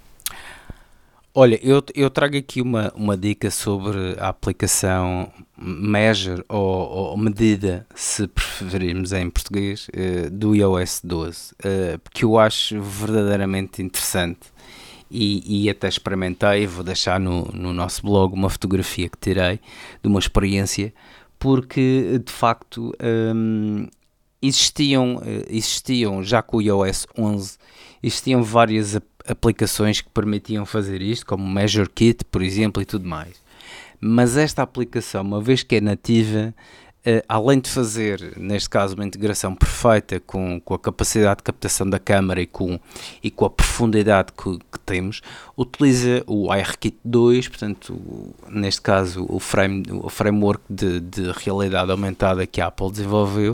Olha, eu, eu trago aqui uma, uma dica sobre a aplicação Measure ou, ou medida, se preferirmos em português, uh, do i O S doze, uh, que eu acho verdadeiramente interessante e, e até experimentei. Vou deixar no, no nosso blog uma fotografia que tirei de uma experiência, porque de facto um, existiam, existiam já com o i O S onze, existiam várias aplicações que permitiam fazer isto, como o Measure Kit, por exemplo, e tudo mais. Mas esta aplicação, uma vez que é nativa, uh, além de fazer, neste caso, uma integração perfeita com, com a capacidade de captação da câmara e com, e com a profundidade que, que temos, utiliza o ARKit dois, portanto, o, neste caso, o, frame, o framework de, de realidade aumentada que a Apple desenvolveu,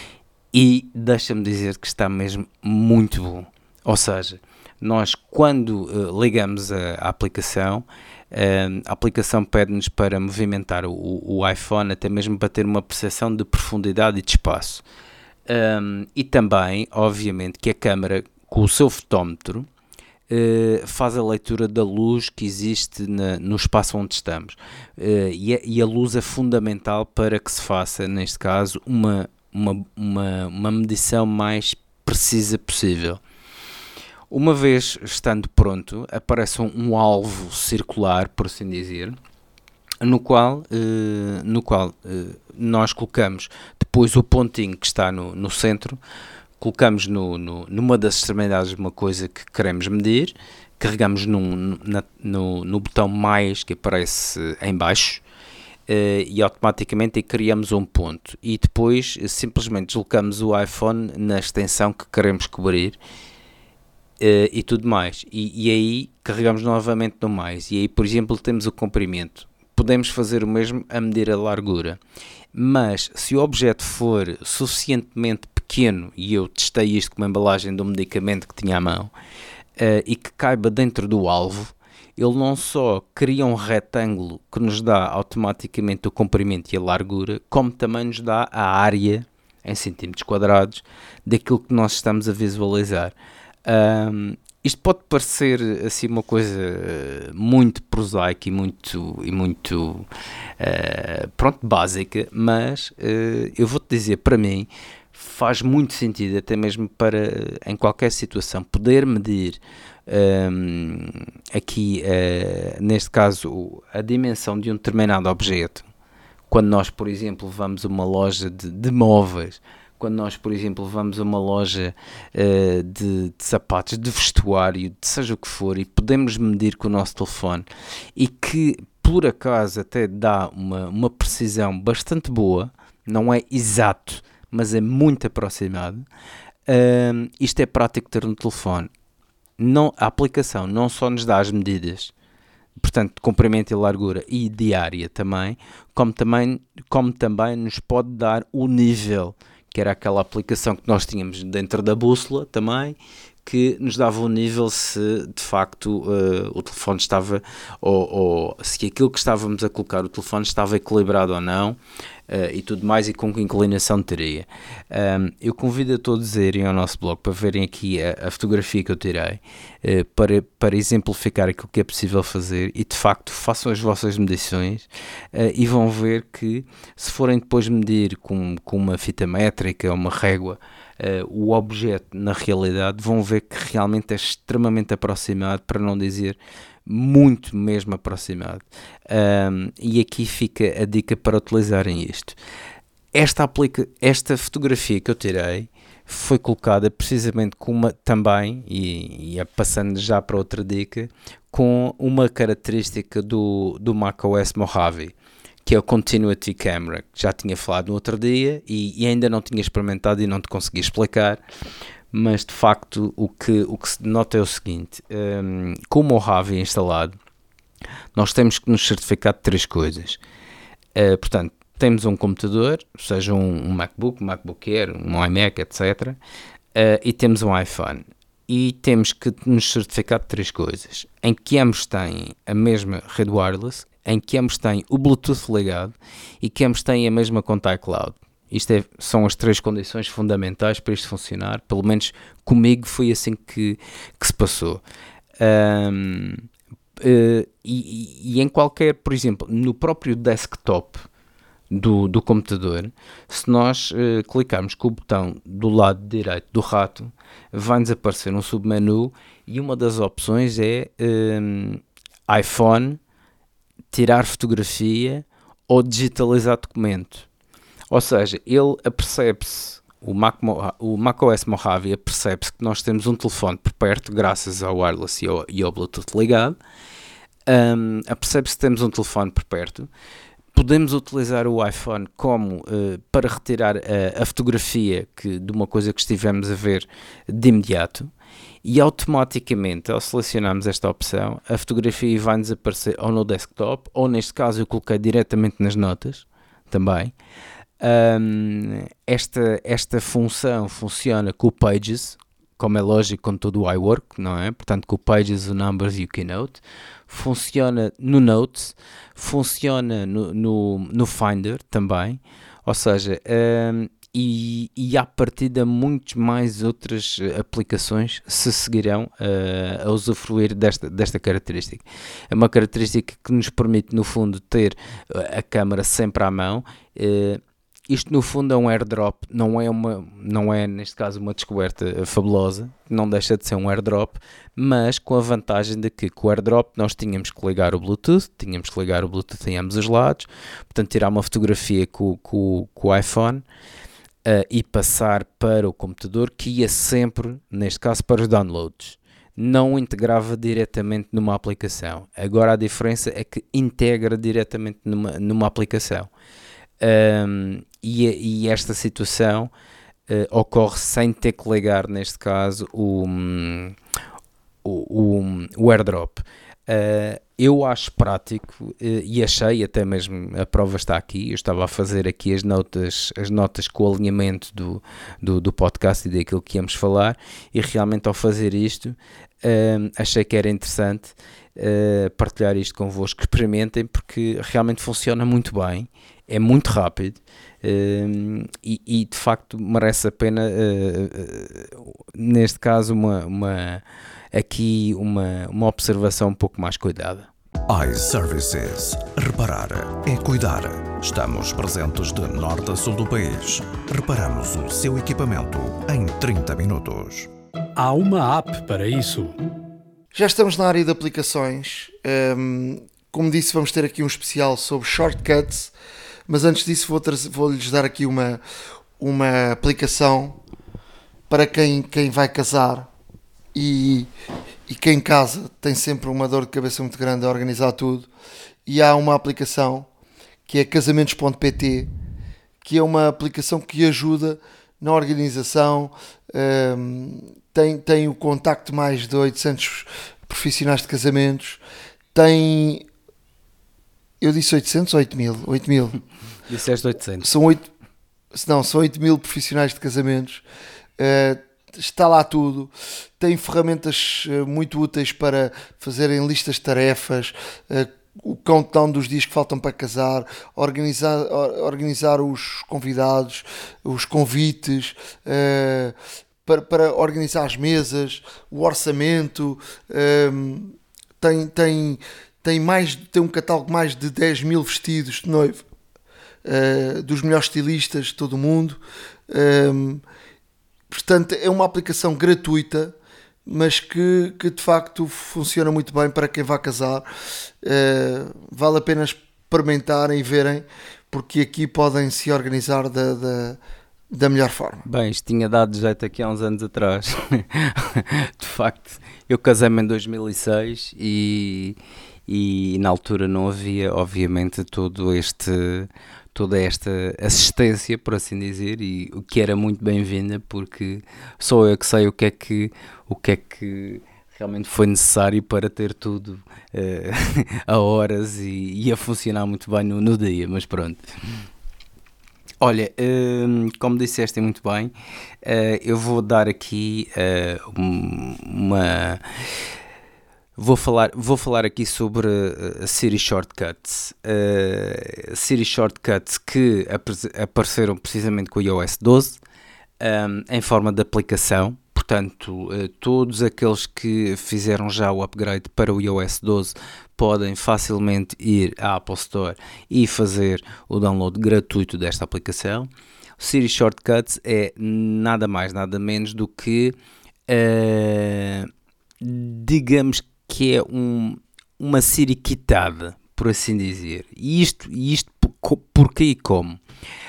e deixa-me dizer que está mesmo muito bom. Ou seja, nós quando uh, ligamos a, a aplicação, uh, a aplicação pede-nos para movimentar o, o iPhone, até mesmo para ter uma percepção de profundidade e de espaço. Um, e também, obviamente, que a câmera, com o seu fotómetro, uh, faz a leitura da luz que existe na, no espaço onde estamos. Uh, e, a, e a luz é fundamental para que se faça, neste caso, uma, uma, uma, uma medição mais precisa possível. Uma vez estando pronto, aparece um, um alvo circular, por assim dizer, no qual, uh, no qual uh, nós colocamos depois o pontinho que está no, no centro, colocamos no, no, numa das extremidades de uma coisa que queremos medir, carregamos num, na, no, no botão mais que aparece em baixo, uh, e automaticamente criamos um ponto. E depois uh, simplesmente deslocamos o iPhone na extensão que queremos cobrir, Uh, e tudo mais, e, e aí carregamos novamente no mais, e aí por exemplo temos o comprimento. Podemos fazer o mesmo a medir a largura, mas se o objeto for suficientemente pequeno, e eu testei isto com uma embalagem de um medicamento que tinha à mão, uh, e que caiba dentro do alvo, ele não só cria um retângulo que nos dá automaticamente o comprimento e a largura, como também nos dá a área em centímetros quadrados daquilo que nós estamos a visualizar. Um, isto pode parecer assim uma coisa muito prosaica e muito, e muito uh, pronto, básica, mas uh, eu vou-te dizer, para mim faz muito sentido, até mesmo para, em qualquer situação, poder medir um, aqui, uh, neste caso, a dimensão de um determinado objeto. Quando nós, por exemplo, vamos a uma loja de, de móveis, quando nós, por exemplo, vamos a uma loja uh, de, de sapatos, de vestuário, de seja o que for, e podemos medir com o nosso telefone, e que, por acaso, até dá uma, uma precisão bastante boa, não é exato, mas é muito aproximado, uh, isto é prático ter no telefone. Não, a aplicação não só nos dá as medidas, portanto, de comprimento e largura e de área também, como também, como também nos pode dar o nível, que era aquela aplicação que nós tínhamos dentro da bússola também, que nos dava o nível se de facto uh, o telefone estava, ou, ou se aquilo que estávamos a colocar o telefone estava equilibrado ou não, uh, e tudo mais, e com que inclinação teria. Um, eu convido a todos a irem ao nosso blog para verem aqui a, a fotografia que eu tirei, uh, para, para exemplificar aquilo que é possível fazer, e de facto façam as vossas medições uh, e vão ver que, se forem depois medir com, com uma fita métrica ou uma régua, Uh, o objeto na realidade, vão ver que realmente é extremamente aproximado, para não dizer muito mesmo aproximado. Um, e aqui fica a dica para utilizarem isto. Esta, aplica, esta fotografia que eu tirei foi colocada precisamente com uma, também, e, e é passando já para outra dica, com uma característica do, do macOS Mojave, que é o Continuity Camera, que já tinha falado no outro dia e, e ainda não tinha experimentado e não te consegui explicar, mas de facto o que, o que se nota é o seguinte: um, com o Mojave instalado, nós temos que nos certificar de três coisas. Uh, portanto, temos um computador, seja um, um MacBook, um MacBook Air, um iMac, etcétera, uh, e temos um iPhone. E temos que nos certificar de três coisas: em que ambos têm a mesma rede wireless, em que ambos têm o Bluetooth ligado e que ambos têm a mesma conta iCloud. Isto é, são as três condições fundamentais para isto funcionar. Pelo menos comigo foi assim que, que se passou. Um, uh, e, e em qualquer, por exemplo, no próprio desktop do, do computador, se nós uh, clicarmos com o botão do lado direito do rato, vai-nos aparecer um submenu e uma das opções é um, iPhone, tirar fotografia ou digitalizar documento. Ou seja, ele apercebe-se, o, Mac, o macOS Mojave apercebe-se que nós temos um telefone por perto, graças ao wireless e ao, e ao Bluetooth ligado, um, apercebe-se que temos um telefone por perto. Podemos utilizar o iPhone como uh, para retirar a, a fotografia que, de uma coisa que estivemos a ver de imediato, e automaticamente, ao selecionarmos esta opção, a fotografia vai-nos aparecer ou no desktop, ou neste caso eu coloquei diretamente nas notas também. Um, esta, esta função funciona com o Pages, como é lógico, com todo o iWork, não é? Portanto, com o Pages, o Numbers e o Keynote. Funciona no Notes, funciona no, no, no Finder também, ou seja, um, e, e à partida muitas mais outras aplicações se seguirão uh, a usufruir desta, desta característica. É uma característica que nos permite, no fundo, ter a câmera sempre à mão. Uh, Isto no fundo é um airdrop, não é, uma, não é neste caso uma descoberta fabulosa, não deixa de ser um airdrop, mas com a vantagem de que com o airdrop nós tínhamos que ligar o Bluetooth, tínhamos que ligar o Bluetooth em ambos os lados, portanto tirar uma fotografia com, com, com o iPhone uh, e passar para o computador, que ia sempre, neste caso, para os downloads. Não integrava diretamente numa aplicação. Agora a diferença é que integra diretamente numa, numa aplicação. Um, e, e esta situação uh, ocorre sem ter que ligar, neste caso, o, um, o, o, o airdrop. Uh, eu acho prático e achei, até mesmo a prova está aqui, eu estava a fazer aqui as notas, as notas com o alinhamento do, do, do podcast e daquilo que íamos falar, e realmente ao fazer isto uh, achei que era interessante uh, partilhar isto convosco, experimentem, porque realmente funciona muito bem, é muito rápido. Uh, e, e de facto merece a pena uh, uh, neste caso uma, uma, aqui uma, uma observação um pouco mais cuidada. iServices. Reparar é cuidar. Estamos presentes de norte a sul do país. Reparamos o seu equipamento em trinta minutos. Há uma app para isso. Já estamos na área de aplicações. Um, como disse, vamos ter aqui um especial sobre shortcuts. Mas antes disso vou trazer, vou-lhes dar aqui uma, uma aplicação para quem, quem vai casar e, e quem casa tem sempre uma dor de cabeça muito grande a organizar tudo. E há uma aplicação que é casamentos ponto pt, que é uma aplicação que ajuda na organização, um, tem, tem o contacto de mais de oitocentos profissionais de casamentos, tem... Eu disse oitocentos ou oito mil? oito mil. Disseste oitocentos. São oito, não, são oito mil profissionais de casamentos. Uh, está lá tudo. Tem ferramentas uh, muito úteis para fazerem listas de tarefas, uh, o countdown dos dias que faltam para casar, organizar, or, organizar os convidados, os convites, uh, para, para organizar as mesas, o orçamento. Uh, tem... tem Tem, mais, tem um catálogo de mais de dez mil vestidos de noivo, uh, dos melhores estilistas de todo o mundo. Um, portanto, é uma aplicação gratuita, mas que, que de facto funciona muito bem para quem vai casar. Uh, vale a pena experimentarem e verem, porque aqui podem se organizar da, da, da melhor forma. Bem, isto tinha dado jeito aqui há uns anos atrás. De facto, eu casei-me em dois mil e seis e... e na altura não havia, obviamente, todo este, toda esta assistência, por assim dizer, e o que era muito bem-vinda, porque só eu que sei o que é que, o que, é que realmente foi necessário para ter tudo uh, a horas e, e a funcionar muito bem no, no dia, mas pronto. Olha, uh, como disseste muito bem, uh, eu vou dar aqui uh, uma... Vou falar, vou falar aqui sobre a Siri Shortcuts. Uh, Siri Shortcuts que ap- apareceram precisamente com o i O S doze, um, em forma de aplicação. Portanto, uh, todos aqueles que fizeram já o upgrade para o i O S doze podem facilmente ir à Apple Store e fazer o download gratuito desta aplicação. O Siri Shortcuts é nada mais, nada menos do que, uh, digamos que que é um, uma Siri quitada, por assim dizer. E isto, isto porquê e como?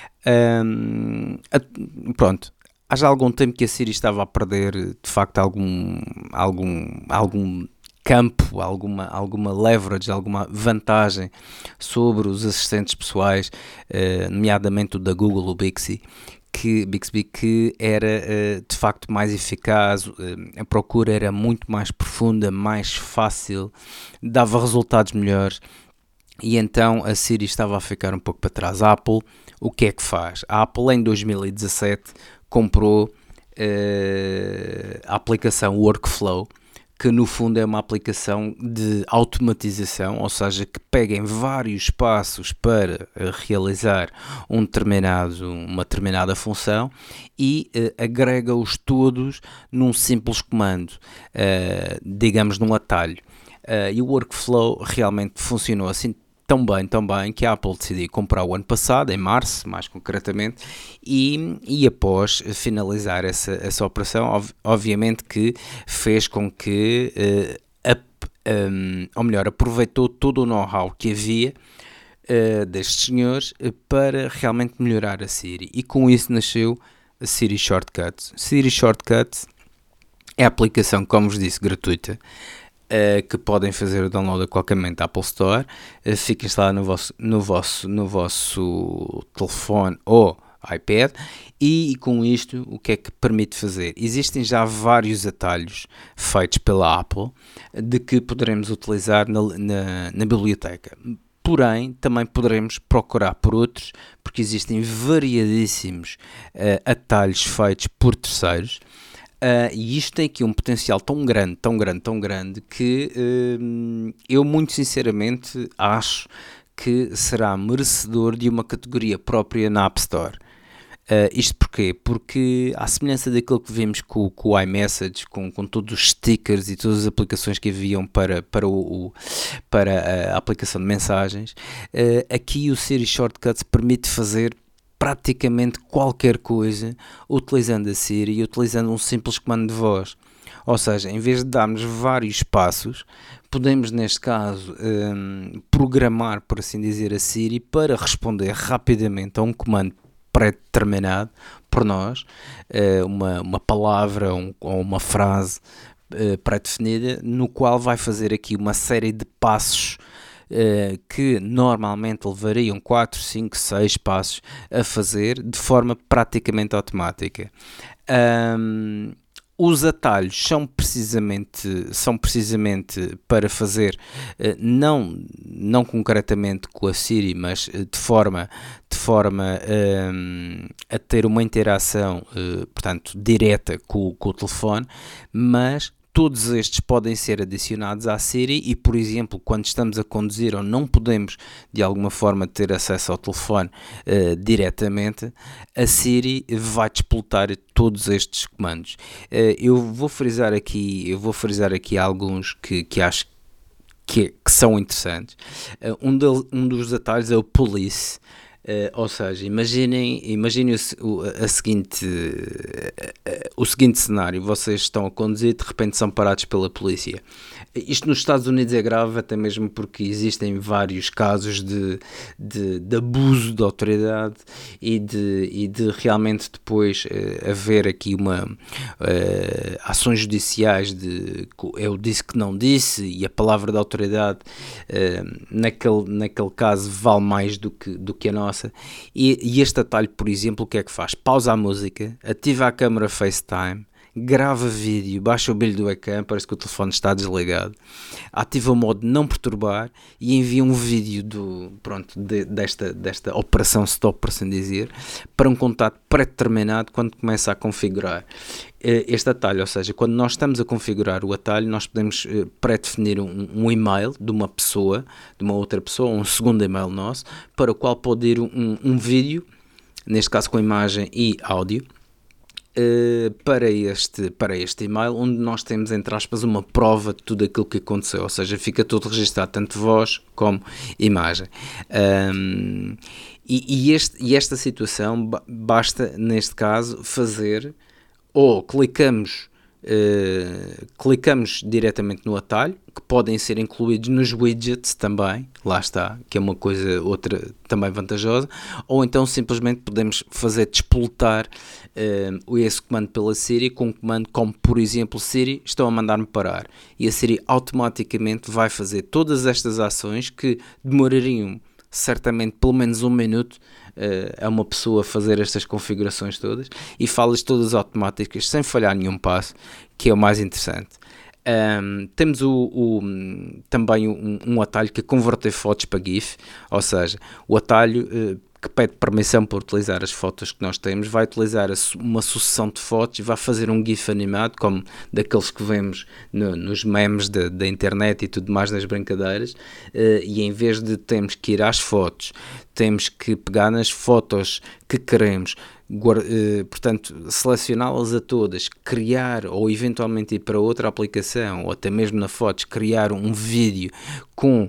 Um, a, pronto, há já algum tempo que a Siri estava a perder, de facto, algum, algum, algum campo, alguma, alguma leverage, alguma vantagem sobre os assistentes pessoais, uh, nomeadamente o da Google, o Bixby, que, Bixby, que era uh, de facto mais eficaz, uh, a procura era muito mais profunda, mais fácil, dava resultados melhores, e então a Siri estava a ficar um pouco para trás. A Apple, o que é que faz? A Apple em dois mil e dezassete comprou uh, a aplicação Workflow, que no fundo é uma aplicação de automatização, ou seja, que pega em vários passos para uh, realizar um determinado, uma determinada função e uh, agrega-os todos num simples comando, uh, digamos num atalho. Uh, e o Workflow realmente funcionou assim tão bem, tão bem, que a Apple decidiu comprar o ano passado, em março, mais concretamente, e, e após finalizar essa, essa operação, ov, obviamente que fez com que, uh, a, um, ou melhor, aproveitou todo o know-how que havia uh, destes senhores uh, para realmente melhorar a Siri, e com isso nasceu a Siri Shortcuts. Siri Shortcuts é a aplicação, como vos disse, gratuita, Uh, que podem fazer o download a qualquer momento da Apple Store, uh, fica instalado no vosso, no, vosso, no vosso telefone ou iPad, e, e com isto o que é que permite fazer? Existem já vários atalhos feitos pela Apple de que poderemos utilizar na, na, na biblioteca. Porém, também poderemos procurar por outros, porque existem variadíssimos uh, atalhos feitos por terceiros. Uh, e isto tem aqui um potencial tão grande, tão grande, tão grande, que uh, eu muito sinceramente acho que será merecedor de uma categoria própria na App Store. Uh, isto porquê? Porque, à semelhança daquilo que vimos com, com o iMessage, com, com todos os stickers e todas as aplicações que haviam para, para, o, o, para a aplicação de mensagens, uh, aqui o Siri Shortcuts permite fazer praticamente qualquer coisa utilizando a Siri e utilizando um simples comando de voz. Ou seja, em vez de darmos vários passos, podemos, neste caso, um, programar, por assim dizer, a Siri para responder rapidamente a um comando pré-determinado por nós, uh, uma, uma palavra um, ou uma frase uh, pré-definida, no qual vai fazer aqui uma série de passos uh, que normalmente levariam quatro, cinco, seis passos a fazer de forma praticamente automática. Um, Os atalhos são precisamente, são precisamente para fazer, não, não concretamente com a Siri, mas de forma, de forma um, a ter uma interação, uh, portanto, direta com, com o telefone, mas todos estes podem ser adicionados à Siri e, por exemplo, quando estamos a conduzir ou não podemos de alguma forma ter acesso ao telefone uh, diretamente, a Siri vai desplotar todos estes comandos. Uh, eu vou frisar aqui, eu vou frisar aqui alguns que, que acho que, que são interessantes. Uh, um, de, um dos atalhos é o Police. Uh, ou seja, imaginem, imaginem o, o, a seguinte, uh, o seguinte cenário: vocês estão a conduzir e de repente são parados pela polícia. Isto nos Estados Unidos é grave, até mesmo porque existem vários casos de, de, de abuso de autoridade e de, e de realmente depois uh, haver aqui uma uh, ações judiciais de eu disse que não disse e a palavra da autoridade uh, naquele, naquele caso vale mais do que, do que a nossa. E, e este atalho, por exemplo, o que é que faz? Pausa a música, ativa a câmera FaceTime, grava vídeo, baixa o brilho do ecrã, parece que o telefone está desligado, ativa o modo não perturbar e envia um vídeo do, pronto, de, desta, desta operação stop, por assim dizer, para um contato pré-determinado quando começa a configurar este atalho. Ou seja, quando nós estamos a configurar o atalho, nós podemos pré-definir um, um e-mail de uma pessoa, de uma outra pessoa, um segundo e-mail nosso, para o qual pode ir um, um vídeo, neste caso com imagem e áudio, Uh, para, este, para este e-mail, onde nós temos, entre aspas, uma prova de tudo aquilo que aconteceu, ou seja, fica tudo registado, tanto voz como imagem. Um, e, e, este, e esta situação basta, neste caso, fazer, ou clicamos, uh, clicamos diretamente no atalho, que podem ser incluídos nos widgets também, lá está, que é uma coisa outra também vantajosa, ou então simplesmente podemos fazer desplotar uh, esse comando pela Siri com um comando como, por exemplo, Siri, estão a mandar-me parar, e a Siri automaticamente vai fazer todas estas ações que demorariam certamente pelo menos um minuto uh, a uma pessoa fazer estas configurações todas, e fala-lhes todas automáticas sem falhar nenhum passo, que é o mais interessante. Um, temos o, o, também um, um atalho que é converter fotos para GIF, ou seja, o atalho uh, que pede permissão para utilizar as fotos que nós temos, vai utilizar uma sucessão de fotos e vai fazer um GIF animado, como daqueles que vemos no, nos memes da, da internet e tudo mais, nas brincadeiras, uh, e em vez de termos que ir às fotos, temos que pegar nas fotos que queremos, guarda, uh, portanto, selecioná-las a todas, criar ou eventualmente ir para outra aplicação, ou até mesmo na fotos, criar um vídeo com...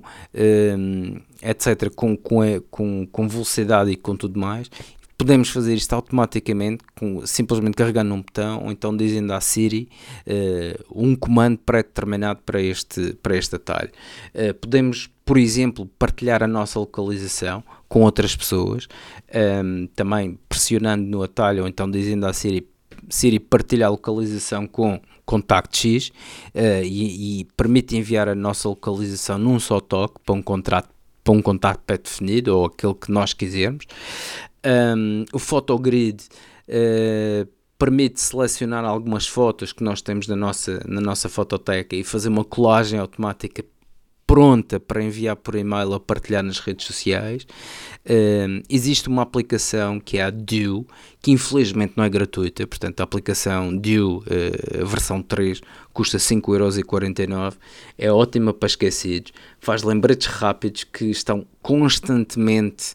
Uh, etc, com, com, com, com velocidade e com tudo mais. Podemos fazer isto automaticamente, com, simplesmente carregando um botão, ou então dizendo à Siri uh, um comando pré-determinado para este, para este atalho. Uh, podemos, por exemplo, partilhar a nossa localização com outras pessoas, um, também pressionando no atalho, ou então dizendo à Siri, Siri partilha a localização com contacto X, uh, e, e permite enviar a nossa localização num só toque para um contrato para um contacto pré-definido ou aquele que nós quisermos. Um, o Photogrid uh, permite selecionar algumas fotos que nós temos na nossa, na nossa fototeca e fazer uma colagem automática pronta para enviar por e-mail ou partilhar nas redes sociais. Um, existe uma aplicação que é a Due, que infelizmente não é gratuita, portanto a aplicação Due, uh, versão três, custa cinco euros e quarenta e nove, é ótima para esquecidos, faz lembretes rápidos que estão constantemente,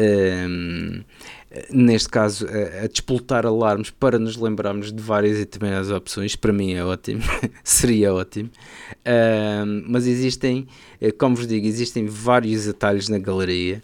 um, neste caso, a, a despoltar alarmes para nos lembrarmos de várias e determinadas opções. Para mim é ótimo, seria ótimo, um, mas existem, como vos digo, existem vários atalhos na galeria,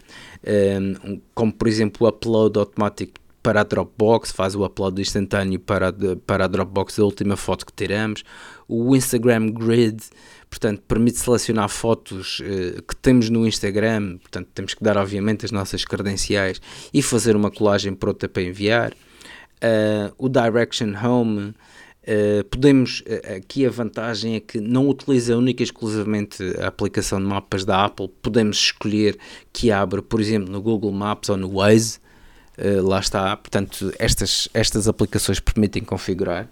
um, como por exemplo o upload automático para a Dropbox, faz o upload instantâneo para a, para a Dropbox da última foto que tiramos. O Instagram Grid, portanto, permite selecionar fotos uh, que temos no Instagram, portanto, temos que dar, obviamente, as nossas credenciais e fazer uma colagem pronta para enviar. Uh, o Direction Home, uh, podemos, uh, aqui a vantagem é que não utiliza única e exclusivamente a aplicação de mapas da Apple, podemos escolher que abra, por exemplo, no Google Maps ou no Waze. Uh, lá está, portanto, estas, estas aplicações permitem configurar.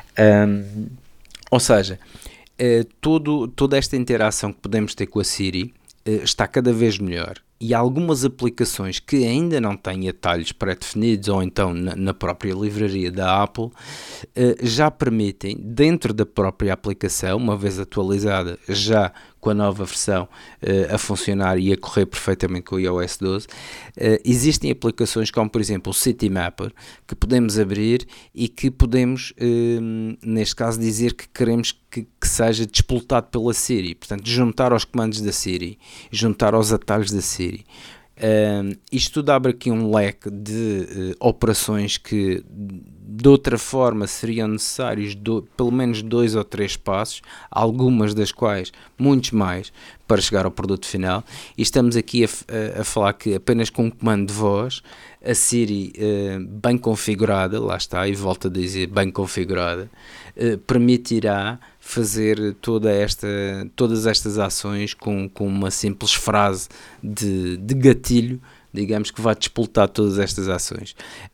Um, ou seja, uh, todo, toda esta interação que podemos ter com a Siri uh, está cada vez melhor, e algumas aplicações que ainda não têm atalhos pré-definidos ou então na, na própria livraria da Apple uh, já permitem, dentro da própria aplicação, uma vez atualizada já com a nova versão uh, a funcionar e a correr perfeitamente com o i O S doze, uh, existem aplicações como por exemplo o City Mapper, que podemos abrir e que podemos, uh, neste caso, dizer que queremos que, que seja despoltado pela Siri, portanto juntar aos comandos da Siri, juntar aos atalhos da Siri. Uh, isto tudo abre aqui um leque de uh, operações que de outra forma seriam necessários do, pelo menos dois ou três passos, algumas das quais muitos mais, para chegar ao produto final, e estamos aqui a, a, a falar que apenas com um comando de voz a Siri uh, bem configurada, lá está, e volto a dizer bem configurada, uh, permitirá fazer toda esta, todas estas ações com, com uma simples frase de, de gatilho, digamos, que vai despoltar todas estas ações.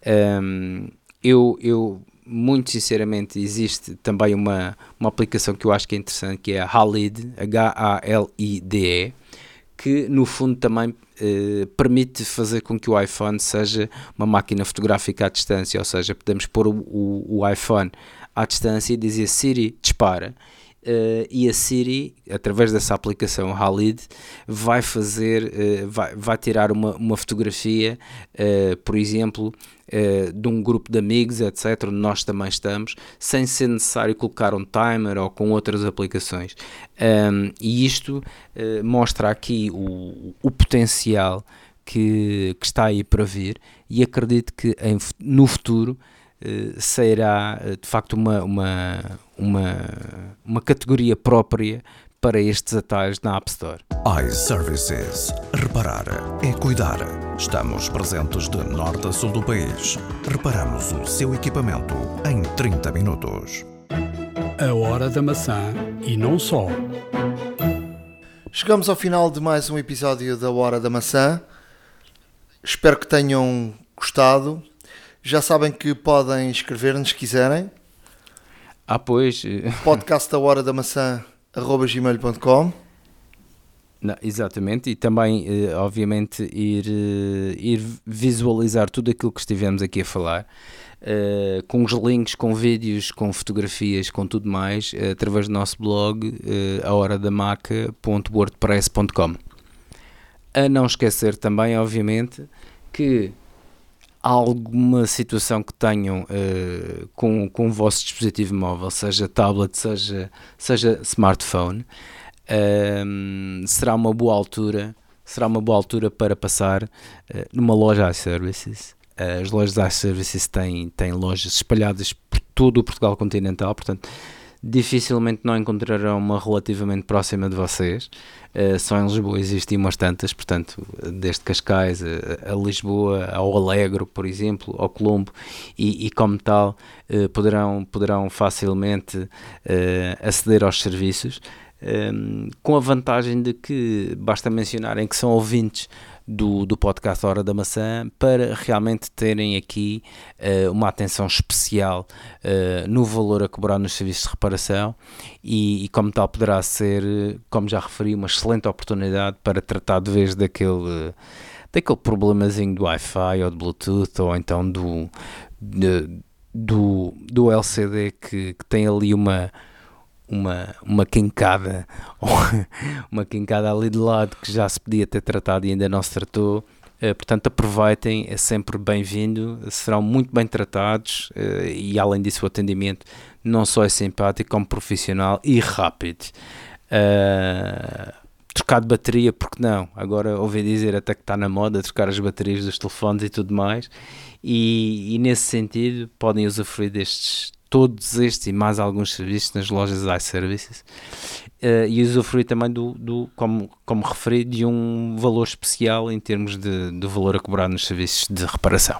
Um, eu, eu, muito sinceramente, existe também uma, uma aplicação que eu acho que é interessante, que é a Halid, H A L I D E, que no fundo também eh, permite fazer com que o iPhone seja uma máquina fotográfica à distância, ou seja, podemos pôr o, o, o iPhone à distância e dizer Siri, dispara, uh, e a Siri, através dessa aplicação Halid, vai fazer, uh, vai, vai tirar uma, uma fotografia, uh, por exemplo, uh, de um grupo de amigos, etcétera, onde nós também estamos, sem ser necessário colocar um timer ou com outras aplicações. Um, e isto uh, mostra aqui o, o potencial que, que está aí para vir, e acredito que em, no futuro Uh, será uh, de facto uma, uma, uma, uma categoria própria para estes atalhos na App Store. iServices. Reparar é cuidar. Estamos presentes de norte a sul do país. Reparamos o seu equipamento em trinta minutos. A Hora da Maçã e não só. Chegamos ao final de mais um episódio da Hora da Maçã. Espero que tenham gostado. Já sabem que podem escrever-nos se quiserem. Ah, pois. Podcast da Hora da Maçã, arroba gmail ponto com. Não, exatamente, e também, eh, obviamente, ir, eh, ir visualizar tudo aquilo que estivemos aqui a falar, eh, com os links, com vídeos, com fotografias, com tudo mais, eh, através do nosso blog, eh, a hora da maca ponto wordpress ponto com. A não esquecer também, obviamente, que alguma situação que tenham uh, com, com o vosso dispositivo móvel, seja tablet, seja, seja smartphone, uh, será uma boa altura, será uma boa altura para passar uh, numa loja iServices. Uh, as lojas iServices têm, têm lojas espalhadas por todo o Portugal continental, portanto, dificilmente não encontrarão uma relativamente próxima de vocês. Uh, só em Lisboa existem umas tantas, portanto, desde Cascais a, a Lisboa, ao Alegro, por exemplo, ao Colombo, e, e como tal uh, poderão, poderão facilmente uh, aceder aos serviços. um, com a vantagem de que basta mencionarem que são ouvintes do, do podcast Hora da Maçã para realmente terem aqui uh, uma atenção especial uh, no valor a cobrar nos serviços de reparação e, e como tal poderá ser, como já referi, uma excelente oportunidade para tratar de vez daquele, uh, daquele problemazinho do Wi-Fi ou do Bluetooth ou então do, de, do, do L C D que, que tem ali uma uma, uma quincada uma quincada ali de lado que já se podia ter tratado e ainda não se tratou. Uh, portanto aproveitem, é sempre bem-vindo, serão muito bem tratados uh, e além disso o atendimento não só é simpático como profissional e rápido. Uh, trocar de bateria, porque não? Agora ouvi dizer até que está na moda trocar as baterias dos telefones e tudo mais e, e nesse sentido podem usufruir destes todos estes e mais alguns serviços nas lojas iServices uh, e usufruir também do, do como, como referi, de um valor especial em termos de, de valor a cobrar nos serviços de reparação.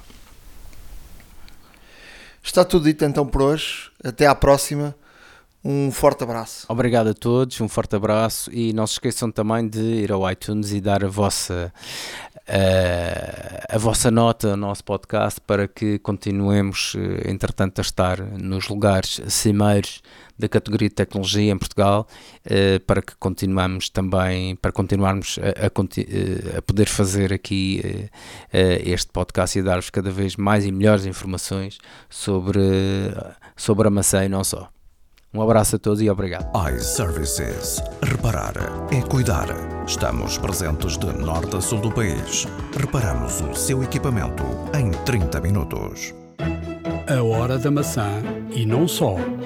Está tudo dito então por hoje, até à próxima, um forte abraço. Obrigado a todos, um forte abraço e não se esqueçam também de ir ao iTunes e dar a vossa Uh, a vossa nota ao nosso podcast para que continuemos, uh, entretanto, a estar nos lugares cimeiros da categoria de tecnologia em Portugal, uh, para que continuemos também, para continuarmos a, a, a poder fazer aqui uh, uh, este podcast e dar-vos cada vez mais e melhores informações sobre, uh, sobre a maçã e não só. Um abraço a todos e obrigado. iServices. Reparar é cuidar. Estamos presentes de norte a sul do país. Reparamos o seu equipamento em trinta minutos. A Hora da Maçã e não só.